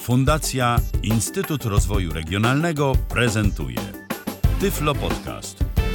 Fundacja Instytut Rozwoju Regionalnego prezentuje Tyflo Podcast.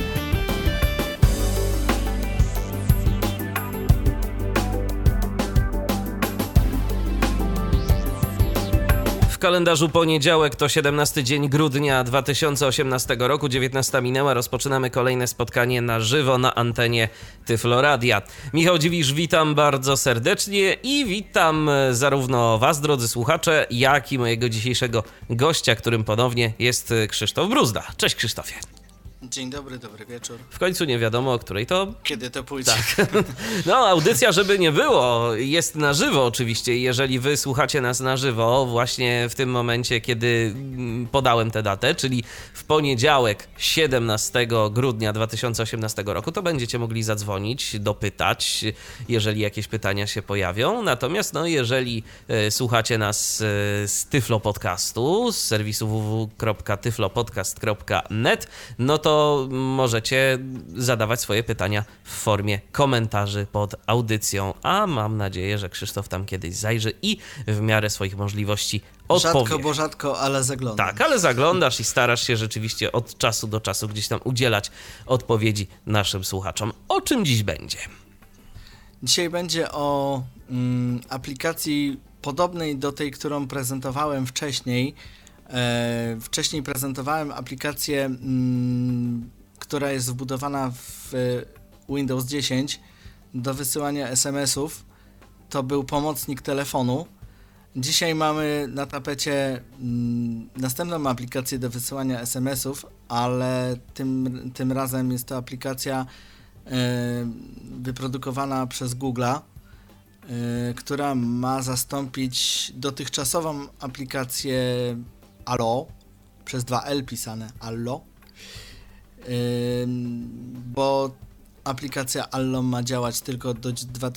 W kalendarzu poniedziałek to 17 dzień grudnia 2018 roku, 19 minęła, rozpoczynamy kolejne spotkanie na żywo na antenie Tyflo Radia. Michał Dziwisz, witam bardzo serdecznie i witam zarówno Was, drodzy słuchacze, jak i mojego dzisiejszego gościa, którym ponownie jest Krzysztof Bruzda. Cześć Krzysztofie. Dzień dobry, dobry wieczór. W końcu nie wiadomo, o której to... Kiedy to pójdzie. Tak. No, audycja, żeby nie było, jest na żywo oczywiście. Jeżeli wy słuchacie nas na żywo właśnie w tym momencie, kiedy podałem tę datę, czyli w poniedziałek 17 grudnia 2018 roku, to będziecie mogli zadzwonić, dopytać, jeżeli jakieś pytania się pojawią. Natomiast no, jeżeli słuchacie nas z Tyflo Podcastu, z serwisu www.tyflopodcast.net, no to możecie zadawać swoje pytania w formie komentarzy pod audycją, a mam nadzieję, że Krzysztof tam kiedyś zajrzy i w miarę swoich możliwości odpowie. Rzadko, ale zaglądam. Tak, ale zaglądasz i starasz się rzeczywiście od czasu do czasu gdzieś tam udzielać odpowiedzi naszym słuchaczom. O czym dziś będzie? Dzisiaj będzie o aplikacji podobnej do tej, którą prezentowałem wcześniej. Wcześniej prezentowałem aplikację, która jest wbudowana w Windows 10 do wysyłania SMS-ów. To był pomocnik telefonu. Dzisiaj mamy na tapecie następną aplikację do wysyłania SMS-ów, ale tym razem jest to aplikacja wyprodukowana przez Google'a, która ma zastąpić dotychczasową aplikację Allo, przez 2L pisane Allo, bo aplikacja Allo ma działać tylko do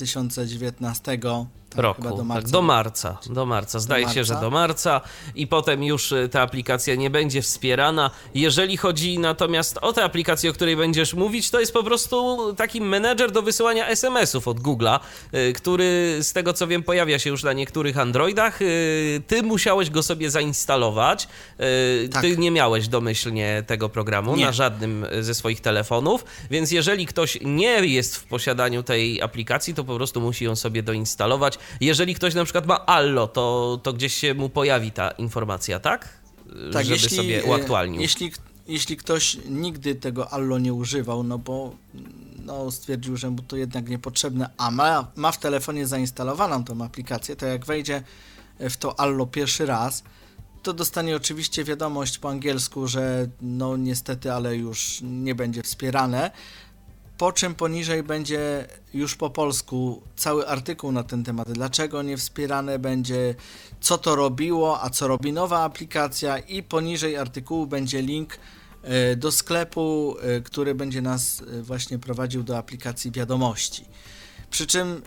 2019 roku, chyba do marca. Zdaje się, że do marca i potem już ta aplikacja nie będzie wspierana. Jeżeli chodzi natomiast o tę aplikację, o której będziesz mówić, to jest po prostu taki menedżer do wysyłania SMS-ów od Google'a, który z tego co wiem pojawia się już na niektórych Androidach. Ty musiałeś go sobie zainstalować. Tak. Ty nie miałeś domyślnie tego programu na żadnym ze swoich telefonów, więc jeżeli ktoś nie jest w posiadaniu tej aplikacji, to po prostu musi ją sobie doinstalować. Jeżeli ktoś na przykład ma Allo, to gdzieś się mu pojawi ta informacja, tak? Tak, żeby sobie uaktualnił. Jeśli ktoś nigdy tego Allo nie używał, no bo stwierdził, że mu to jednak niepotrzebne, a ma w telefonie zainstalowaną tą aplikację, to jak wejdzie w to Allo pierwszy raz, to dostanie oczywiście wiadomość po angielsku, że no niestety, ale już nie będzie wspierane. Po czym poniżej będzie już po polsku cały artykuł na ten temat. Dlaczego nie wspierane będzie, co to robiło, a co robi nowa aplikacja, i poniżej artykułu będzie link do sklepu, który będzie nas właśnie prowadził do aplikacji wiadomości. Przy czym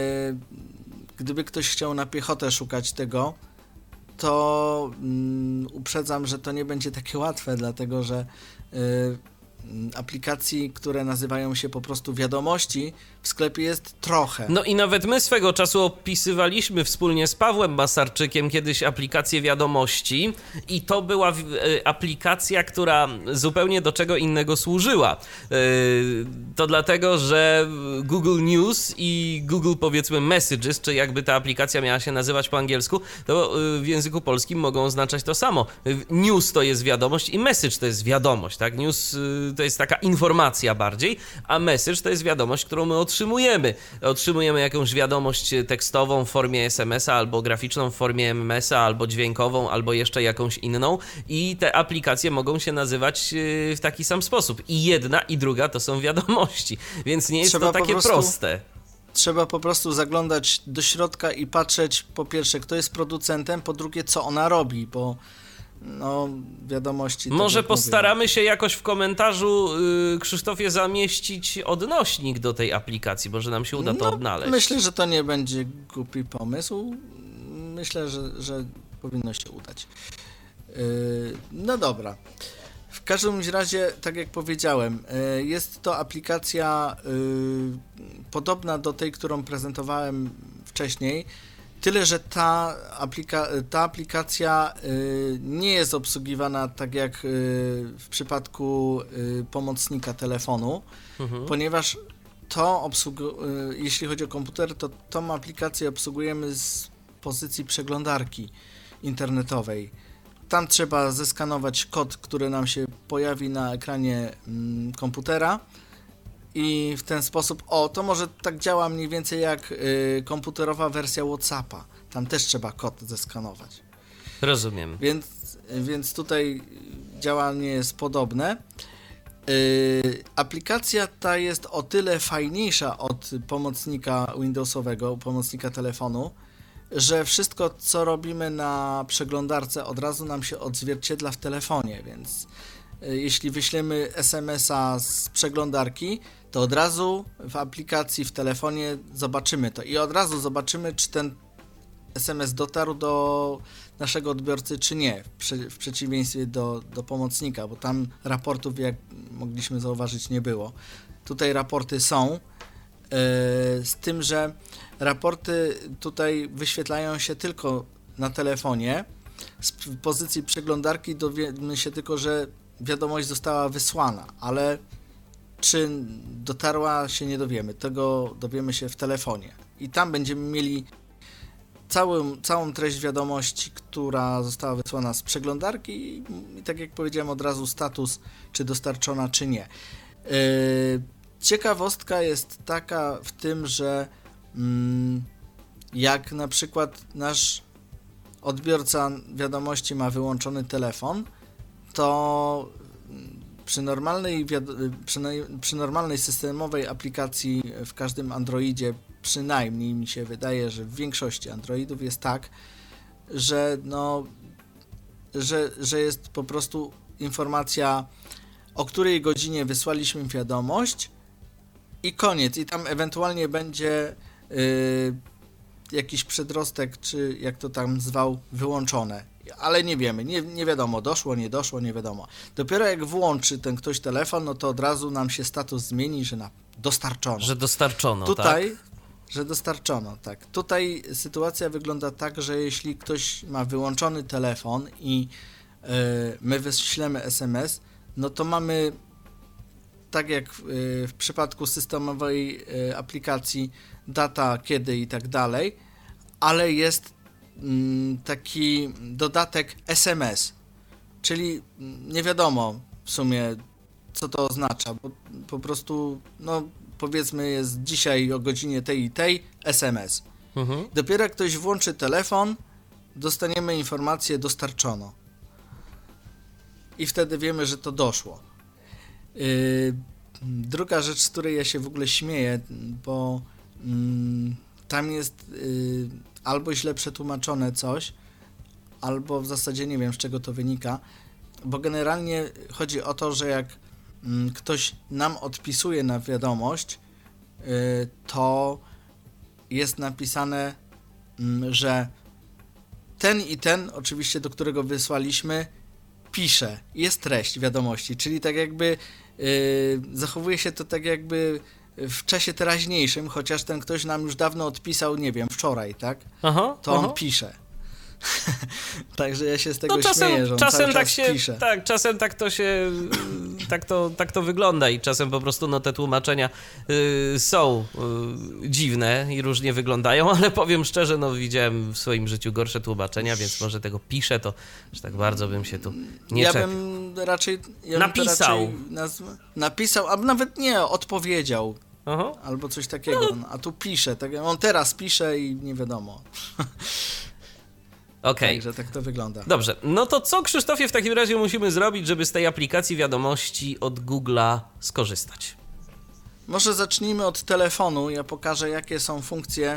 gdyby ktoś chciał na piechotę szukać tego, to uprzedzam, że to nie będzie takie łatwe, dlatego że aplikacji, które nazywają się po prostu wiadomości, w sklepie jest trochę. No i nawet my swego czasu opisywaliśmy wspólnie z Pawłem Basarczykiem kiedyś aplikację wiadomości i to była aplikacja, która zupełnie do czego innego służyła. To dlatego, że Google News i Google powiedzmy Messages, czy jakby ta aplikacja miała się nazywać po angielsku, to w języku polskim mogą oznaczać to samo. News to jest wiadomość i message to jest wiadomość, tak? News to jest taka informacja bardziej, a message to jest wiadomość, którą my otrzymujemy. Otrzymujemy jakąś wiadomość tekstową w formie SMS-a, albo graficzną w formie MMS-a, albo dźwiękową, albo jeszcze jakąś inną i te aplikacje mogą się nazywać w taki sam sposób. I jedna i druga to są wiadomości, więc nie jest to takie proste. Trzeba po prostu zaglądać do środka i patrzeć, po pierwsze, kto jest producentem, po drugie, co ona robi, bo wiadomości... Może postaramy się jakoś w komentarzu, Krzysztofie, zamieścić odnośnik do tej aplikacji, może nam się uda to odnaleźć. Myślę, że to nie będzie głupi pomysł. Myślę, że powinno się udać. No dobra. W każdym razie, tak jak powiedziałem, jest to aplikacja podobna do tej, którą prezentowałem wcześniej, Tyle, że ta aplikacja nie jest obsługiwana tak jak w przypadku pomocnika telefonu, ponieważ jeśli chodzi o komputer, to tą aplikację obsługujemy z pozycji przeglądarki internetowej. Tam trzeba zeskanować kod, który nam się pojawi na ekranie komputera i w ten sposób, to może tak działa mniej więcej jak komputerowa wersja WhatsAppa. Tam też trzeba kod zeskanować. Rozumiem. Więc tutaj działanie jest podobne. Aplikacja ta jest o tyle fajniejsza od pomocnika Windowsowego, pomocnika telefonu, że wszystko, co robimy na przeglądarce, od razu nam się odzwierciedla w telefonie, więc jeśli wyślemy SMS-a z przeglądarki, to od razu w aplikacji w telefonie zobaczymy to i od razu zobaczymy, czy ten SMS dotarł do naszego odbiorcy, czy nie, w przeciwieństwie do pomocnika, bo tam raportów, jak mogliśmy zauważyć, nie było. Tutaj raporty są, z tym, że raporty tutaj wyświetlają się tylko na telefonie. Z pozycji przeglądarki dowiemy się tylko, że wiadomość została wysłana, ale czy dotarła, się nie dowiemy. Tego dowiemy się w telefonie. I tam będziemy mieli całą treść wiadomości, która została wysłana z przeglądarki i tak jak powiedziałem, od razu status, czy dostarczona, czy nie. Ciekawostka jest taka w tym, że jak na przykład nasz odbiorca wiadomości ma wyłączony telefon, to przy normalnej systemowej aplikacji w każdym Androidzie, przynajmniej mi się wydaje, że w większości Androidów jest tak, że że jest po prostu informacja, o której godzinie wysłaliśmy wiadomość i koniec. I tam ewentualnie będzie jakiś przedrostek, czy jak to tam zwał, wyłączone. Ale nie wiemy, nie wiadomo, doszło, nie doszło, nie wiadomo. Dopiero jak włączy ten ktoś telefon, no to od razu nam się status zmieni, że dostarczono. Że dostarczono, tutaj, tak? Że dostarczono, tak. Tutaj sytuacja wygląda tak, że jeśli ktoś ma wyłączony telefon i my wyślemy SMS, no to mamy, tak jak w przypadku systemowej aplikacji, data, kiedy i tak dalej, ale jest taki dodatek SMS, czyli nie wiadomo w sumie, co to oznacza, bo po prostu, no powiedzmy, jest dzisiaj o godzinie tej i tej SMS. Dopiero jak ktoś włączy telefon, dostaniemy informację, dostarczono. I wtedy wiemy, że to doszło. Druga rzecz, z której ja się w ogóle śmieję, bo tam jest albo źle przetłumaczone coś, albo w zasadzie nie wiem, z czego to wynika, bo generalnie chodzi o to, że jak ktoś nam odpisuje na wiadomość, to jest napisane, że ten i ten, oczywiście do którego wysłaliśmy, pisze, jest treść wiadomości, czyli tak jakby zachowuje się to tak jakby w czasie teraźniejszym, chociaż ten ktoś nam już dawno odpisał, nie wiem, wczoraj, tak? On pisze. Także ja się z tego śmieję, że on cały czas pisze. Tak, czasem tak to się, tak to wygląda i czasem po prostu te tłumaczenia są dziwne i różnie wyglądają, ale powiem szczerze, widziałem w swoim życiu gorsze tłumaczenia, więc może tego piszę, to że tak bardzo bym się tu nie czepiał. Ja bym raczej napisał, a nawet nie, odpowiedział. Albo coś takiego, a tu pisze, tak, on teraz pisze i nie wiadomo. Okej. Także tak to wygląda. Dobrze, no to co, Krzysztofie, w takim razie musimy zrobić, żeby z tej aplikacji wiadomości od Google'a skorzystać? Może zacznijmy od telefonu, ja pokażę, jakie są funkcje.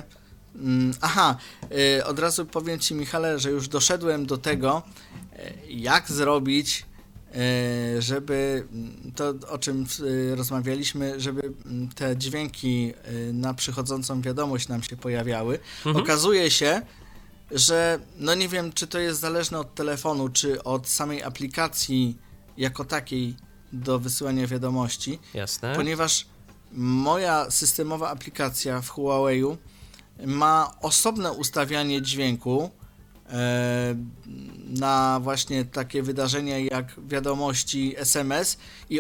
Od razu powiem Ci, Michale, że już doszedłem do tego, jak zrobić, żeby to, o czym rozmawialiśmy, żeby te dźwięki na przychodzącą wiadomość nam się pojawiały. Okazuje się, że nie wiem, czy to jest zależne od telefonu, czy od samej aplikacji jako takiej do wysyłania wiadomości. Jasne. Ponieważ moja systemowa aplikacja w Huawei'u ma osobne ustawianie dźwięku na właśnie takie wydarzenia jak wiadomości SMS i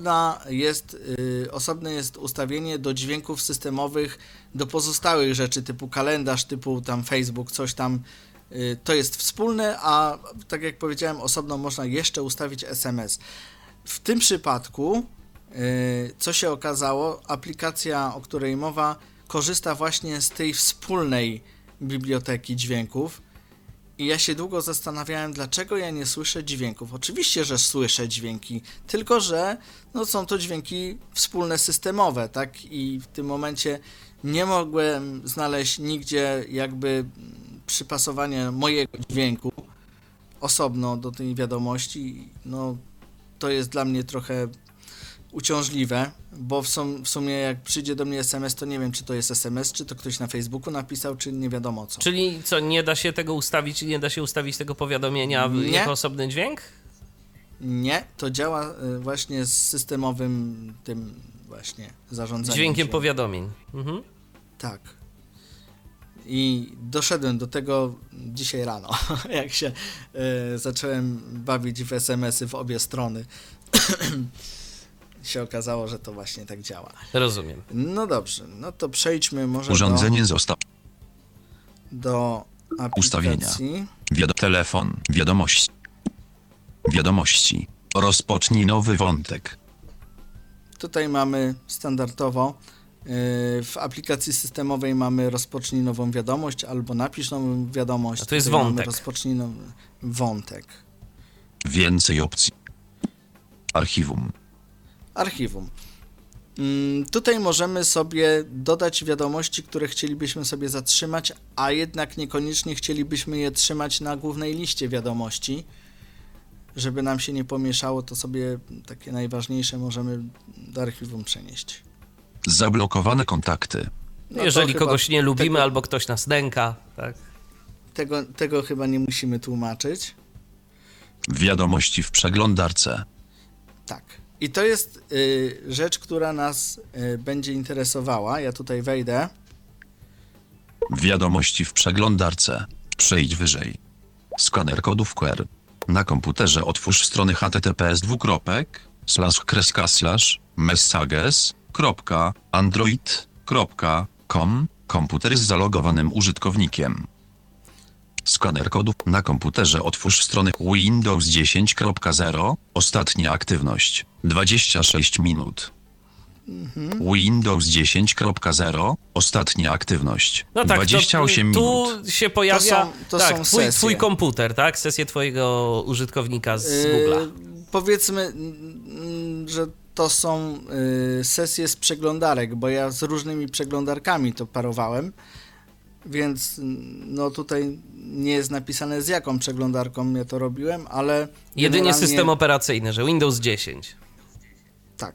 osobne jest ustawienie do dźwięków systemowych, do pozostałych rzeczy typu kalendarz, typu tam Facebook, coś tam. To jest wspólne, a tak jak powiedziałem, osobno można jeszcze ustawić SMS. W tym przypadku, co się okazało, aplikacja, o której mowa, korzysta właśnie z tej wspólnej biblioteki dźwięków i ja się długo zastanawiałem, dlaczego ja nie słyszę dźwięków. Oczywiście, że słyszę dźwięki, tylko że no, są to dźwięki wspólne systemowe, tak? I w tym momencie nie mogłem znaleźć nigdzie jakby przypasowania mojego dźwięku osobno do tej wiadomości. No, to jest dla mnie trochę uciążliwe, bo w sumie jak przyjdzie do mnie SMS, to nie wiem, czy to jest SMS, czy to ktoś na Facebooku napisał, czy nie wiadomo co. Czyli co, nie da się tego ustawić, nie da się ustawić tego powiadomienia jako osobny dźwięk? Nie, to działa właśnie z systemowym tym właśnie zarządzaniem. Dźwiękiem powiadomień. Mhm. Tak. I doszedłem do tego dzisiaj rano, jak się zacząłem bawić w SMS-y w obie strony. Się okazało, że to właśnie tak działa. Rozumiem. No dobrze, no to przejdźmy może Urządzenie do aplikacji. Ustawienia. Telefon. Wiadomości. Rozpocznij nowy wątek. Tutaj mamy standardowo w aplikacji systemowej mamy rozpocznij nową wiadomość albo napisz nową wiadomość. A to jest Tutaj wątek. Mamy rozpocznij nowy wątek. Więcej opcji. Archiwum. Tutaj możemy sobie dodać wiadomości, które chcielibyśmy sobie zatrzymać, a jednak niekoniecznie chcielibyśmy je trzymać na głównej liście wiadomości. Żeby nam się nie pomieszało, to sobie takie najważniejsze możemy do archiwum przenieść. Zablokowane kontakty. No jeżeli kogoś nie lubimy tego, albo ktoś nas nęka, tak? Tego chyba nie musimy tłumaczyć. Wiadomości w przeglądarce. Tak. I to jest rzecz, która nas będzie interesowała. Ja tutaj wejdę. Wiadomości w przeglądarce. Przejdź wyżej. Skaner kodów QR. Na komputerze otwórz stronę https://messages.android.com. Komputer z zalogowanym użytkownikiem. Skaner kodów. Na komputerze otwórz stronę Windows 10.0. Ostatnia aktywność. 26 minut. Windows 10.0. Ostatnia aktywność. No tak, 28 minut. Tu się pojawia To są twój komputer, tak? Sesję twojego użytkownika z Google'a. Powiedzmy, że to są sesje z przeglądarek, bo ja z różnymi przeglądarkami to parowałem, więc no tutaj nie jest napisane, z jaką przeglądarką ja to robiłem, ale jedynie system operacyjny, że Windows 10. Tak.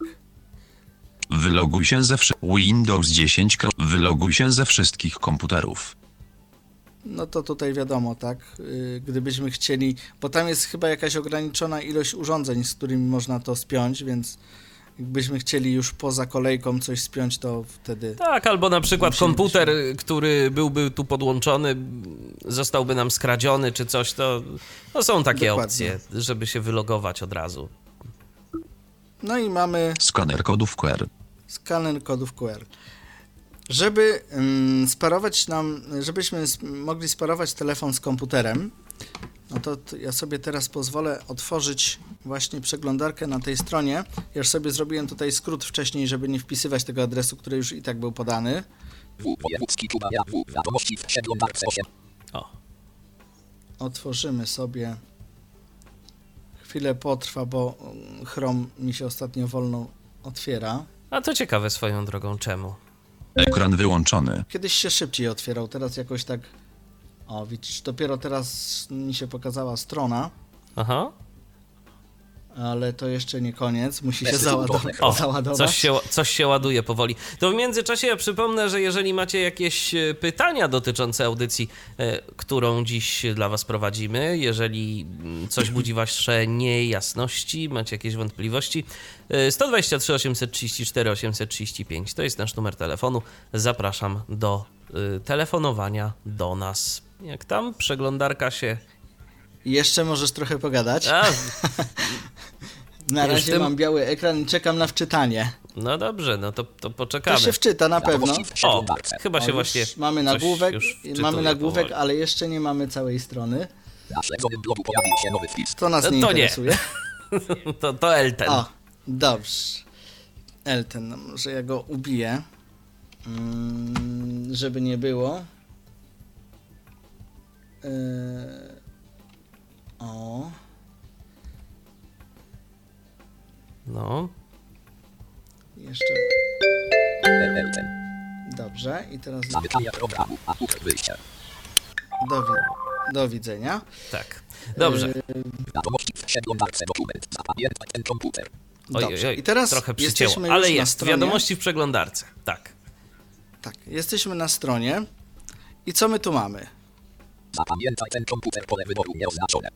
Wyloguj się Windows 10. Wyloguj się ze wszystkich komputerów. No to tutaj wiadomo, tak? Gdybyśmy chcieli, bo tam jest chyba jakaś ograniczona ilość urządzeń, z którymi można to spiąć, więc jakbyśmy chcieli już poza kolejką coś spiąć, to wtedy... Tak, albo na przykład komputer, który byłby tu podłączony, zostałby nam skradziony czy coś, to są takie Dokładnie. opcje, żeby się wylogować od razu. No i mamy Skaner kodów QR. skaner kodów QR. Żeby sparować żebyśmy mogli sparować telefon z komputerem, no to ja sobie teraz pozwolę otworzyć właśnie przeglądarkę na tej stronie. Ja już sobie zrobiłem tutaj skrót wcześniej, żeby nie wpisywać tego adresu, który już i tak był podany. Wiadomości w przeglądarce 8. O. Otworzymy sobie. Chwilę potrwa, bo Chrome mi się ostatnio wolno otwiera. A to ciekawe swoją drogą, czemu? Ekran wyłączony. Kiedyś się szybciej otwierał, teraz jakoś tak... O, widzisz, dopiero teraz mi się pokazała strona. Aha. ale to jeszcze nie koniec, musi się O, załadować. coś się ładuje powoli. To w międzyczasie ja przypomnę, że jeżeli macie jakieś pytania dotyczące audycji, którą dziś dla was prowadzimy, jeżeli coś budzi wasze niejasności, macie jakieś wątpliwości, 123 834 835 to jest nasz numer telefonu. Zapraszam do telefonowania do nas. Jak tam przeglądarka się... Jeszcze możesz trochę pogadać. A, Na razie tym- mam biały ekran i czekam na wczytanie. no dobrze, no to poczekamy. To się wczyta na pewno. O, chyba się O, właśnie już mamy coś nagłówek, już mamy wczytuje nagłówek, powoli. ale jeszcze nie mamy całej strony. Na śledzonym blogu pojawił się nowy wpis. To nas nie To nie. interesuje. To Elten. O, dobrze. Elten, no może ja go ubiję, żeby nie było. O, No, jeszcze. Elten. Dobrze, i teraz Zamykania programu. A punkt wyjścia. do widzenia. tak. Dobrze. Wiadomości w przeglądarce dokument. Zapamiętaj ten komputer. Dobrze. I teraz trochę jesteśmy przycięło, już ale na jest. stronie. Wiadomości w przeglądarce. Tak. Tak, jesteśmy na stronie. I co my tu mamy? Zapamiętaj ten komputer. Pole wyboru nieoznaczone.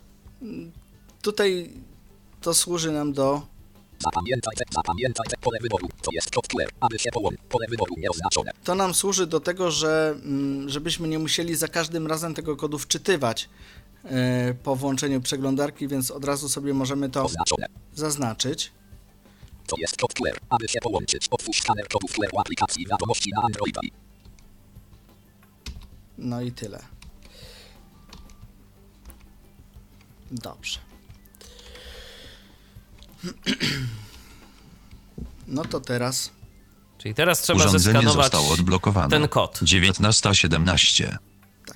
Tutaj to służy nam do... Zapamiętaj te pole wyboru. To jest kod QR. Aby się połączyć. Pole wyboru nieoznaczone. To nam służy do tego, że żebyśmy nie musieli za każdym razem tego kodu wczytywać po włączeniu przeglądarki, więc od razu sobie możemy to Oznaczone. zaznaczyć. To jest kod QR. Aby się połączyć. Otwórz skaner kodów QR aplikacji wiadomości na Androida. No i tyle. Dobrze. No to teraz Czyli teraz trzeba Urządzenie zeskanować zostało odblokowane. ten kod. 19:17. tak.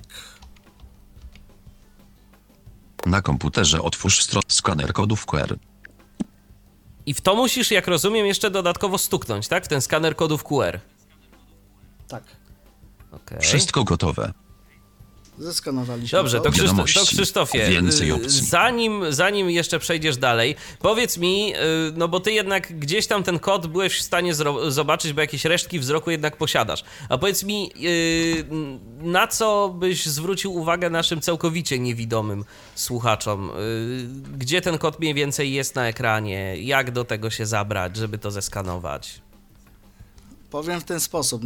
Na komputerze otwórz skaner kodów QR. I w to musisz, jak rozumiem, jeszcze dodatkowo stuknąć, tak? W ten skaner kodów QR. Tak. Okej. Wszystko gotowe. Zeskanowaliśmy. Dobrze, to, Wiadomości. to Krzysztofie, Więcej opcji. zanim jeszcze przejdziesz dalej, powiedz mi, no bo ty jednak gdzieś tam ten kod byłeś w stanie zobaczyć, bo jakieś resztki wzroku jednak posiadasz. A powiedz mi, na co byś zwrócił uwagę naszym całkowicie niewidomym słuchaczom? Gdzie ten kod mniej więcej jest na ekranie? Jak do tego się zabrać, żeby to zeskanować? Powiem w ten sposób.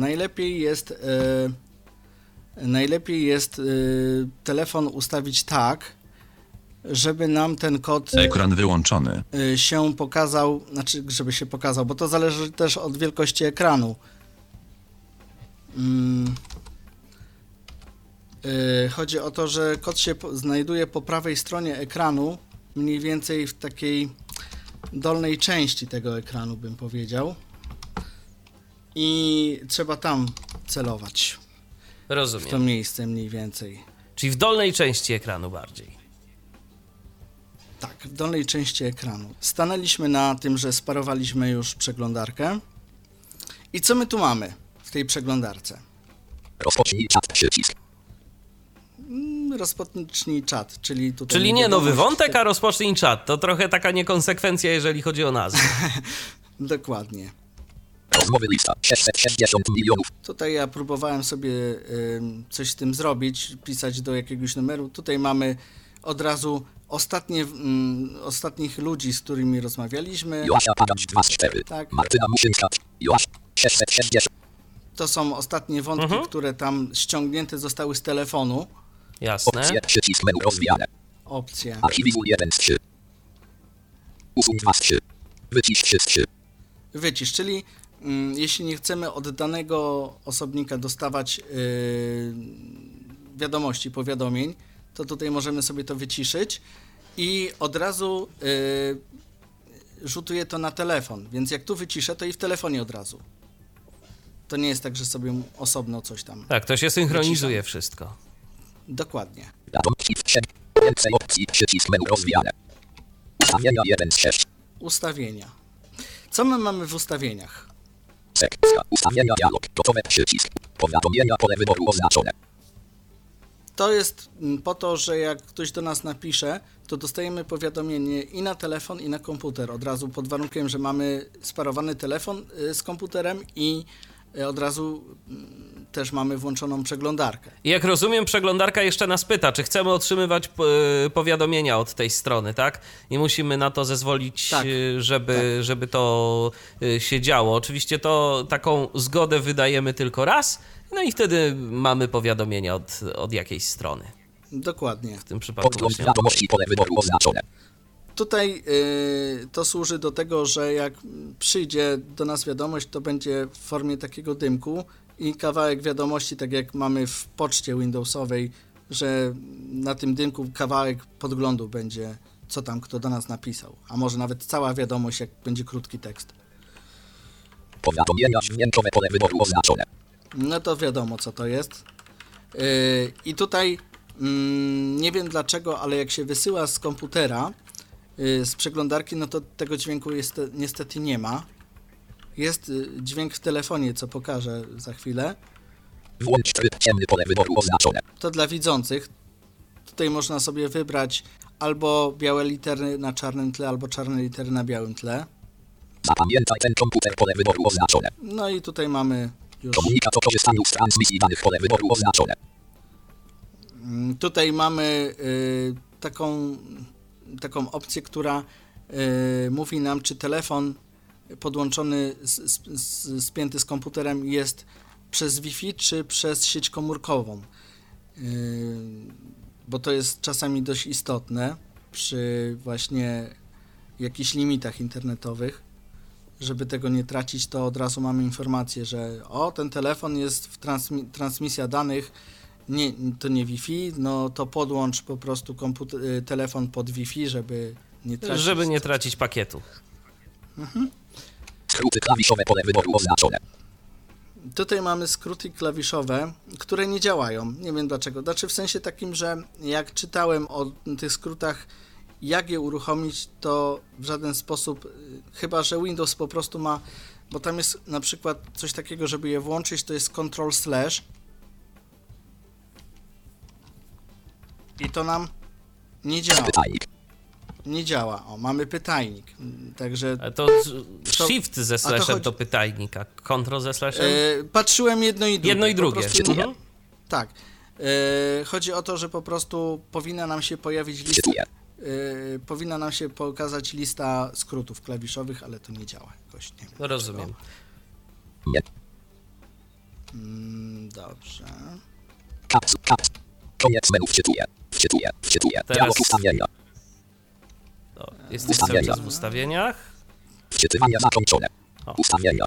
Najlepiej jest telefon ustawić tak, żeby nam ten kod Ekran wyłączony. się pokazał, znaczy żeby się pokazał, bo to zależy też od wielkości ekranu. Chodzi o to, że kod się znajduje po prawej stronie ekranu, mniej więcej w takiej dolnej części tego ekranu, bym powiedział. I trzeba tam celować, w to Rozumiem. miejsce mniej więcej. Czyli w dolnej części ekranu bardziej. Tak, w dolnej części ekranu. Stanęliśmy na tym, że sparowaliśmy już przeglądarkę. I co my tu mamy w tej przeglądarce? Rozpocznij czat. Przycisk. Rozpocznij czat, czyli tutaj... Czyli nie nowy wiadomość- wątek, a rozpocznij czat. To trochę taka niekonsekwencja, jeżeli chodzi o nazwę. Dokładnie. Rozmowy lista. 660 milionów. Tutaj ja próbowałem sobie coś z tym zrobić, pisać do jakiegoś numeru. Tutaj mamy od razu ostatnich ludzi, z którymi rozmawialiśmy. Joasia Padać 24. Tak. Martyna Musińska. Joaś. 660. To są ostatnie wątki, które tam ściągnięte zostały z telefonu. Jasne. Opcje. Przycisk menu rozwijane. Opcje. Archiwizuj 1 z 3. Usuń 2 z 3. Wycisz 3 z 3. Wycisz, czyli jeśli nie chcemy od danego osobnika dostawać wiadomości, powiadomień, to tutaj możemy sobie to wyciszyć i od razu rzutuje to na telefon, więc jak tu wyciszę, to i w telefonie od razu. To nie jest tak, że sobie osobno coś tam. Tak, to się synchronizuje wszystko. Dokładnie. Wiadomości w 7. Więcej opcji. Przycisk menu rozwijane. Ustawienia 1 z 6. Ustawienia. Co my mamy w ustawieniach? Sekcja. Ustawienia dialog. Gotowe. Przycisk. Powiadomienia. Pole wyboru oznaczone. To jest po to, że jak ktoś do nas napisze, to dostajemy powiadomienie i na telefon, i na komputer. Od razu pod warunkiem, że mamy sparowany telefon z komputerem i od razu też mamy włączoną przeglądarkę. I jak rozumiem, przeglądarka jeszcze nas pyta, czy chcemy otrzymywać powiadomienia od tej strony, tak? I musimy na to zezwolić, Tak, żeby to się działo. Oczywiście to taką zgodę wydajemy tylko raz, no i wtedy mamy powiadomienia od jakiejś strony. Dokładnie. W tym przypadku Podgląd właśnie. wiadomości, pole wyboru oznaczone. Tutaj to służy do tego, że jak przyjdzie do nas wiadomość, to będzie w formie takiego dymku i kawałek wiadomości, tak jak mamy w poczcie Windowsowej, że na tym dymku kawałek podglądu będzie, co tam kto do nas napisał. A może nawet cała wiadomość, jak będzie krótki tekst. Powiadomienia dźwiękowe, pole wyboru oznaczone. No to wiadomo, co to jest. I tutaj nie wiem dlaczego, ale jak się wysyła z komputera, z przeglądarki, no to tego dźwięku niestety nie ma. Jest dźwięk w telefonie, co pokażę za chwilę. Włącz tryb ciemny, pole wyboru oznaczone. To dla widzących. Tutaj można sobie wybrać albo białe litery na czarnym tle, albo czarne litery na białym tle. Zapamiętaj ten komputer, pole wyboru oznaczone. No i tutaj mamy już... Komunikat o korzystaniu z transmisji danych, pole wyboru oznaczone. Tutaj mamy taką opcję, która mówi nam, czy telefon podłączony, spięty z komputerem jest przez Wi-Fi, czy przez sieć komórkową. Bo to jest czasami dość istotne przy właśnie jakichś limitach internetowych. Żeby tego nie tracić, to od razu mamy informację, że ten telefon jest w transmisja danych, to nie Wi-Fi, no to podłącz po prostu telefon pod Wi-Fi, żeby nie tracić Pakietu. Skróty klawiszowe, pole wyboru oznaczone. Tutaj mamy skróty klawiszowe, które nie działają. Nie wiem dlaczego. Znaczy w sensie takim, że jak czytałem o tych skrótach, jak je uruchomić, to w żaden sposób, chyba że Windows po prostu ma, bo tam jest na przykład coś takiego, żeby je włączyć, to jest Ctrl/ i to nam nie działa. Pytajnik. Nie działa. Mamy pytajnik. Także To shift ze slashem to pytajnik, a control ze slashem? Patrzyłem jedno i drugie. Jedno i drugie. Tak. Chodzi o to, że po prostu powinna nam się pojawić lista. Powinna nam się pokazać lista skrótów klawiszowych, ale to nie działa jakoś. Nie wiem, rozumiem. Nie. Dobrze. Caps. Koniec menu, wczytuję. Teraz- Dialog ustawienia. Jesteś cały czas w ustawieniach. Wczytywania zakończone. O. Ustawienia.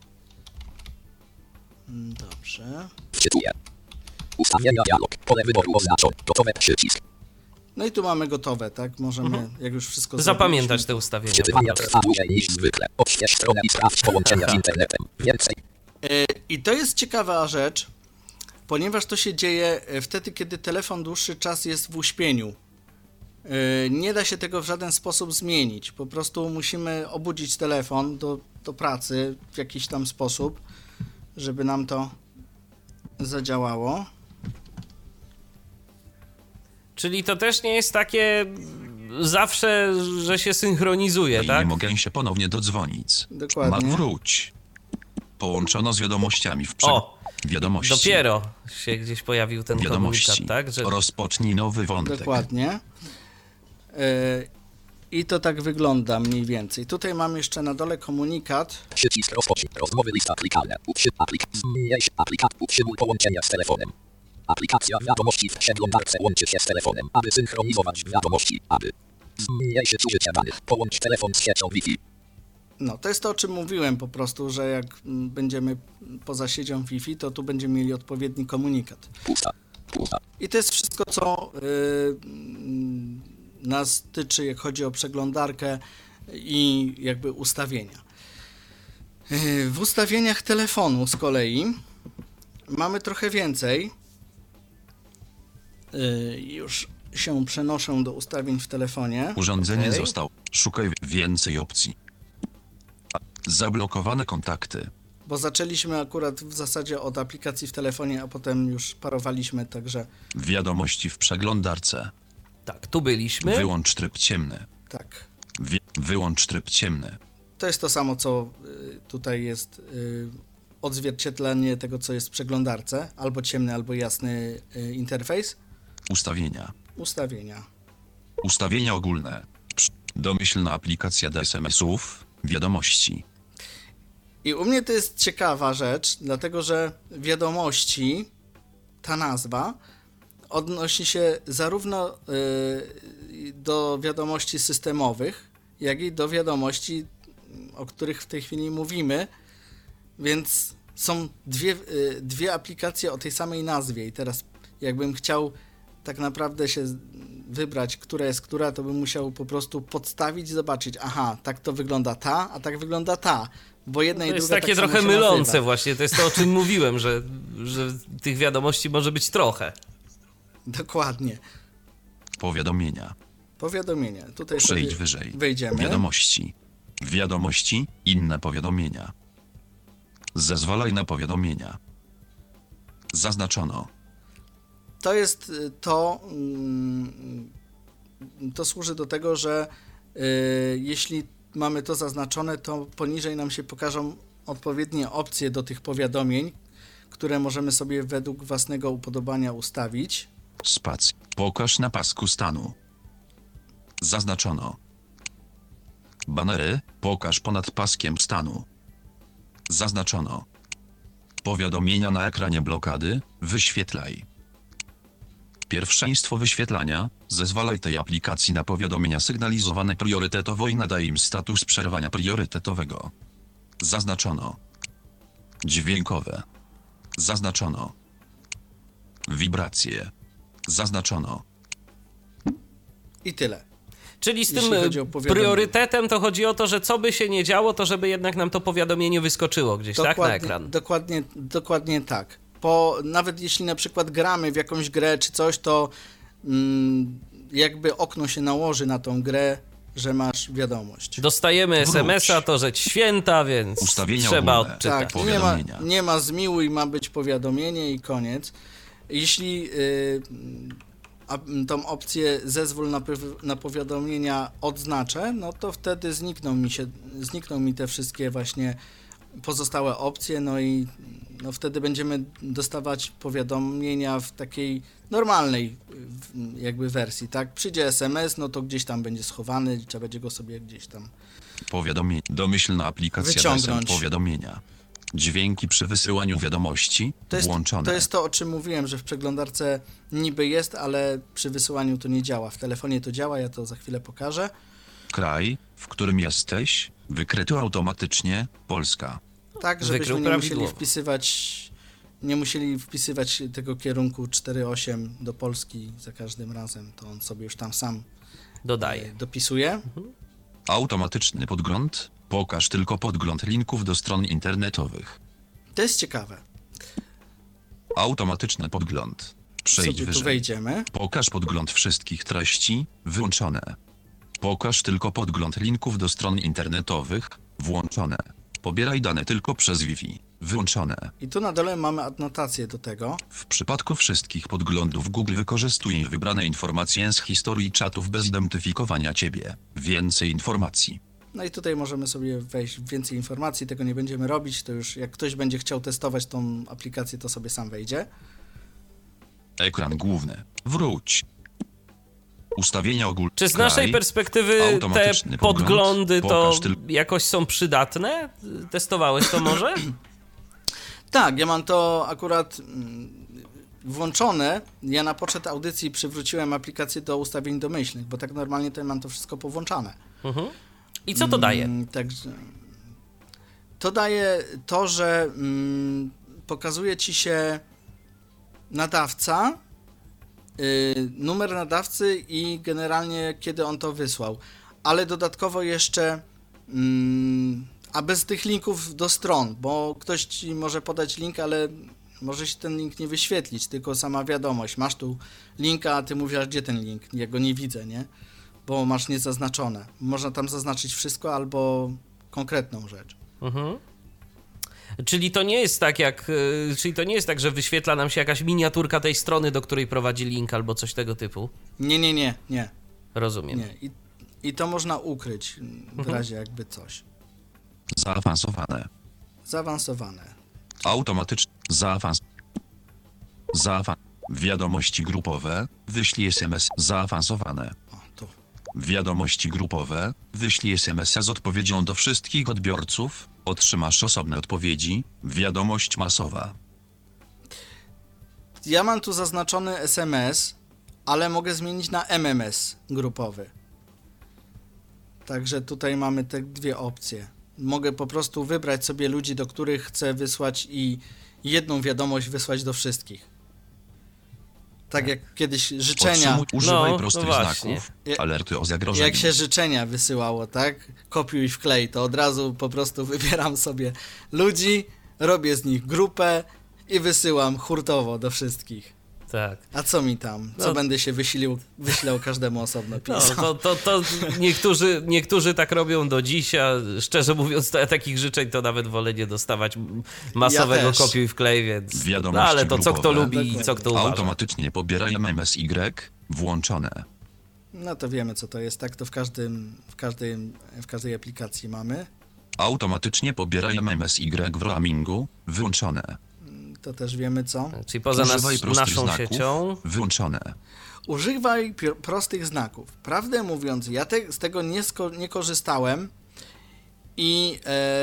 Dobrze. Wczytuję. Ustawienia dialog. Pole wyboru oznaczone. Gotowe przycisk. No i tu mamy gotowe, tak? Możemy, jak już wszystko Zapamiętać zrobiliśmy. te ustawienia. Wczytywania trwa dłużej niż zwykle. Odśwież stronę i sprawdź połączenia z internetem. Więcej. I to jest ciekawa rzecz, ponieważ to się dzieje wtedy, kiedy telefon dłuższy czas jest w uśpieniu. Nie da się tego w żaden sposób zmienić. Po prostu musimy obudzić telefon do pracy w jakiś tam sposób, żeby nam to zadziałało. Czyli to też nie jest takie zawsze, że się synchronizuje, I tak? nie mogę się ponownie dodzwonić. Dokładnie. Wróć. Połączono z wiadomościami w wiadomości. Dopiero się gdzieś pojawił ten Wiadomości. komunikat, tak? Że... Rozpocznij nowy wątek. Dokładnie. I to tak wygląda mniej więcej. Tutaj mam jeszcze na dole komunikat. Przycisk rozpocznij. Rozmowy lista klikalne. Zmniejsz utrzymuj połączenia z telefonem. Aplikacja wiadomości w przeglądarce łączy się z telefonem, aby synchronizować wiadomości, aby zmniejszyć zużycie danych. Połącz telefon z siecią Wi-Fi. No, to jest to, o czym mówiłem po prostu, że jak będziemy poza siecią Wi-Fi, to tu będziemy mieli odpowiedni komunikat. Pusta. I to jest wszystko, co nas tyczy, jak chodzi o przeglądarkę i jakby ustawienia. W ustawieniach telefonu z kolei mamy trochę więcej. Już się przenoszę do ustawień w telefonie. Urządzenie zostało. Szukaj więcej opcji. Zablokowane kontakty. Bo zaczęliśmy akurat w zasadzie od aplikacji w telefonie, a potem już parowaliśmy, także... Wiadomości w przeglądarce. Tak, tu byliśmy. Wyłącz tryb ciemny. Tak. Wyłącz tryb ciemny. To jest to samo, co tutaj jest odzwierciedlenie tego, co jest w przeglądarce. Albo ciemny, albo jasny interfejs. Ustawienia. Ustawienia. Ustawienia ogólne. Domyślna aplikacja do SMS-ów. Wiadomości. I u mnie to jest ciekawa rzecz, dlatego że wiadomości, ta nazwa, odnosi się zarówno do wiadomości systemowych, jak i do wiadomości, o których w tej chwili mówimy, więc są dwie aplikacje o tej samej nazwie i teraz jakbym chciał tak naprawdę się wybrać, która jest która, to bym musiał po prostu podstawić i zobaczyć, aha, tak to wygląda ta, a tak wygląda ta, bo jedna i druga To jest takie tak trochę samo się mylące nazywa. właśnie, to jest to, o czym mówiłem, że tych wiadomości może być trochę. Dokładnie. Powiadomienia. Powiadomienia. Tutaj Przejdź sobie wyżej. wejdziemy. Wiadomości. Wiadomości. Inne powiadomienia. Zezwalaj na powiadomienia. Zaznaczono. To jest to, to służy do tego, że jeśli mamy to zaznaczone, to poniżej nam się pokażą odpowiednie opcje do tych powiadomień, które możemy sobie według własnego upodobania ustawić. Spacja. Pokaż na pasku stanu. Zaznaczono. Banery. Pokaż ponad paskiem stanu. Zaznaczono. Powiadomienia na ekranie blokady. Wyświetlaj. Pierwszeństwo wyświetlania. Zezwalaj tej aplikacji na powiadomienia sygnalizowane priorytetowo i nadaj im status przerwania priorytetowego. Zaznaczono. Dźwiękowe. Zaznaczono. Wibracje. Zaznaczono. I tyle. Czyli z Jeśli tym chodzi o powiadomienie. priorytetem to chodzi o to, że co by się nie działo, to żeby jednak nam to powiadomienie wyskoczyło gdzieś, tak, na ekran. Dokładnie tak. Nawet jeśli na przykład gramy w jakąś grę czy coś, to jakby okno się nałoży na tą grę, że masz wiadomość. Dostajemy SMS-a, to rzecz święta, więc Ustawienia trzeba ogólne. odczytać. Tak, Powiadomienia. nie ma zmiłuj, ma być powiadomienie i koniec. Jeśli tą opcję zezwól na powiadomienia odznaczę, no to wtedy znikną mi te wszystkie właśnie pozostałe opcje, no i wtedy będziemy dostawać powiadomienia w takiej normalnej jakby wersji, tak? Przyjdzie SMS, no to gdzieś tam będzie schowany i trzeba będzie go sobie gdzieś tam Powiadomienie. Domyślna aplikacja wyciągnąć. DSM powiadomienia. Dźwięki przy wysyłaniu wiadomości włączone. To jest to, o czym mówiłem, że w przeglądarce niby jest, ale przy wysyłaniu to nie działa. W telefonie to działa, ja to za chwilę pokażę. Kraj, w którym jesteś, wykryto automatycznie Polska. Tak, żebyśmy Wykrył nie musieli prawidłowo. nie musieli wpisywać tego kierunku 4.8 do Polski za każdym razem, to on sobie już tam sam Dodaję. dopisuje. Automatyczny podgląd. Pokaż tylko podgląd linków do stron internetowych. To jest ciekawe. Automatyczny podgląd. Przejdź Sobie tu wyżej. wejdziemy. Pokaż podgląd wszystkich treści. Wyłączone. Pokaż tylko podgląd linków do stron internetowych. Włączone. Pobieraj dane tylko przez Wi-Fi. Wyłączone. I tu na dole mamy adnotację do tego. W przypadku wszystkich podglądów Google wykorzystuj wybrane informacje z historii czatów bez identyfikowania ciebie. Więcej informacji. No i tutaj możemy sobie wejść w więcej informacji, tego nie będziemy robić, to już jak ktoś będzie chciał testować tą aplikację, to sobie sam wejdzie. Ekran główny. Wróć. Ustawienia ogólne. Czy z naszej perspektywy te Automatyczny podglądy to Pokaż jakoś są przydatne? Testowałeś to może? Tak, ja mam to akurat włączone. Ja na poczet audycji przywróciłem aplikację do ustawień domyślnych, bo tak normalnie to ja mam to wszystko powłączane. I co to daje? Także to daje to, że pokazuje ci się nadawca, numer nadawcy i generalnie kiedy on to wysłał. Ale dodatkowo jeszcze a bez tych linków do stron, bo ktoś ci może podać link, ale może się ten link nie wyświetlić, tylko sama wiadomość. Masz tu linka, a ty mówisz, gdzie ten link? Ja go nie widzę, nie? Bo masz niezaznaczone. Można tam zaznaczyć wszystko albo konkretną rzecz. Czyli to nie jest tak że wyświetla nam się jakaś miniaturka tej strony, do której prowadzi link albo coś tego typu? Nie. Rozumiem. Nie. I to można ukryć w razie jakby coś. Zaawansowane. Automatyczne. Wiadomości grupowe. Wyślij SMS. Zaawansowane. O, tu. Wiadomości grupowe. Wyślij SMS-a z odpowiedzią do wszystkich odbiorców. Otrzymasz osobne odpowiedzi. Wiadomość masowa. Ja mam tu zaznaczony SMS, ale mogę zmienić na MMS grupowy. Także tutaj mamy te dwie opcje. Mogę po prostu wybrać sobie ludzi, do których chcę wysłać i jedną wiadomość wysłać do wszystkich. Tak jak kiedyś życzenia, Używaj prostych właśnie. znaków. Alerty o zagrożeniu. jak się życzenia wysyłało, tak? Kopiuj wklej, to od razu po prostu wybieram sobie ludzi, robię z nich grupę i wysyłam hurtowo do wszystkich. Tak. A co mi tam? Co będę się wyślał każdemu osobno pisał? To niektórzy tak robią do dziś, a szczerze mówiąc, to ja takich życzeń to nawet wolę nie dostawać masowego Ja też. kopiuj wklej, więc Wiadomości ale to co kto grupowe. lubi i co kto uważa. Automatycznie pobieraj MMSY. Włączone. No to wiemy co to jest, tak? To w każdej aplikacji mamy. Automatycznie pobieraj MMSY w roamingu. Wyłączone. To też wiemy co. Czyli poza Używaj prostych naszą znaków. siecią. Wyłączone. Używaj prostych znaków. Prawdę mówiąc, ja z tego nie korzystałem i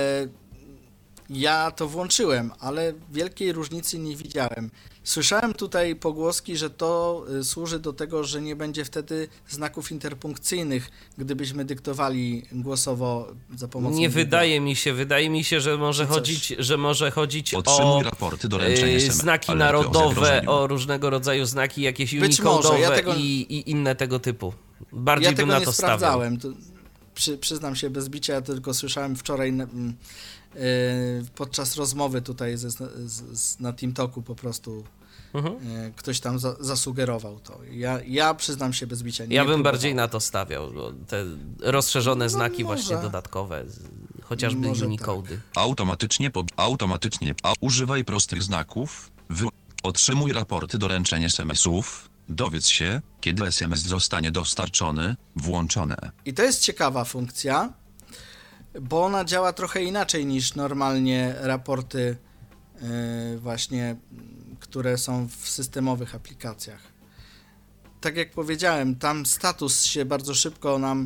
ja to włączyłem, ale wielkiej różnicy nie widziałem. Słyszałem tutaj pogłoski, że to służy do tego, że nie będzie wtedy znaków interpunkcyjnych, gdybyśmy dyktowali głosowo za pomocą Nie Google'a. wydaje mi się, że może chodzić Otrzymuj o raporty doręczeń SMS. znaki Alerty o narodowe, zagrożeniu. o różnego rodzaju znaki, jakieś Być może, unicode'owe ja tego- i inne tego typu. Bardziej Ja bym tego na nie to stawiał. sprawdzałem. Przyznam się bez bicia, ja tylko słyszałem wczoraj podczas rozmowy tutaj na TeamTalku po prostu ktoś tam zasugerował to. Ja przyznam się bez bicia. Nie Ja bym próbowałem. bardziej na to stawiał, bo te rozszerzone znaki może. właśnie dodatkowe, chociażby Może Unicody. Automatycznie używaj prostych znaków. Otrzymuj raporty doręczeń SMS-ów. Dowiedz się, kiedy SMS zostanie dostarczony. Włączone. I to jest ciekawa funkcja, bo ona działa trochę inaczej niż normalnie raporty właśnie, które są w systemowych aplikacjach. Tak jak powiedziałem, tam status się bardzo szybko nam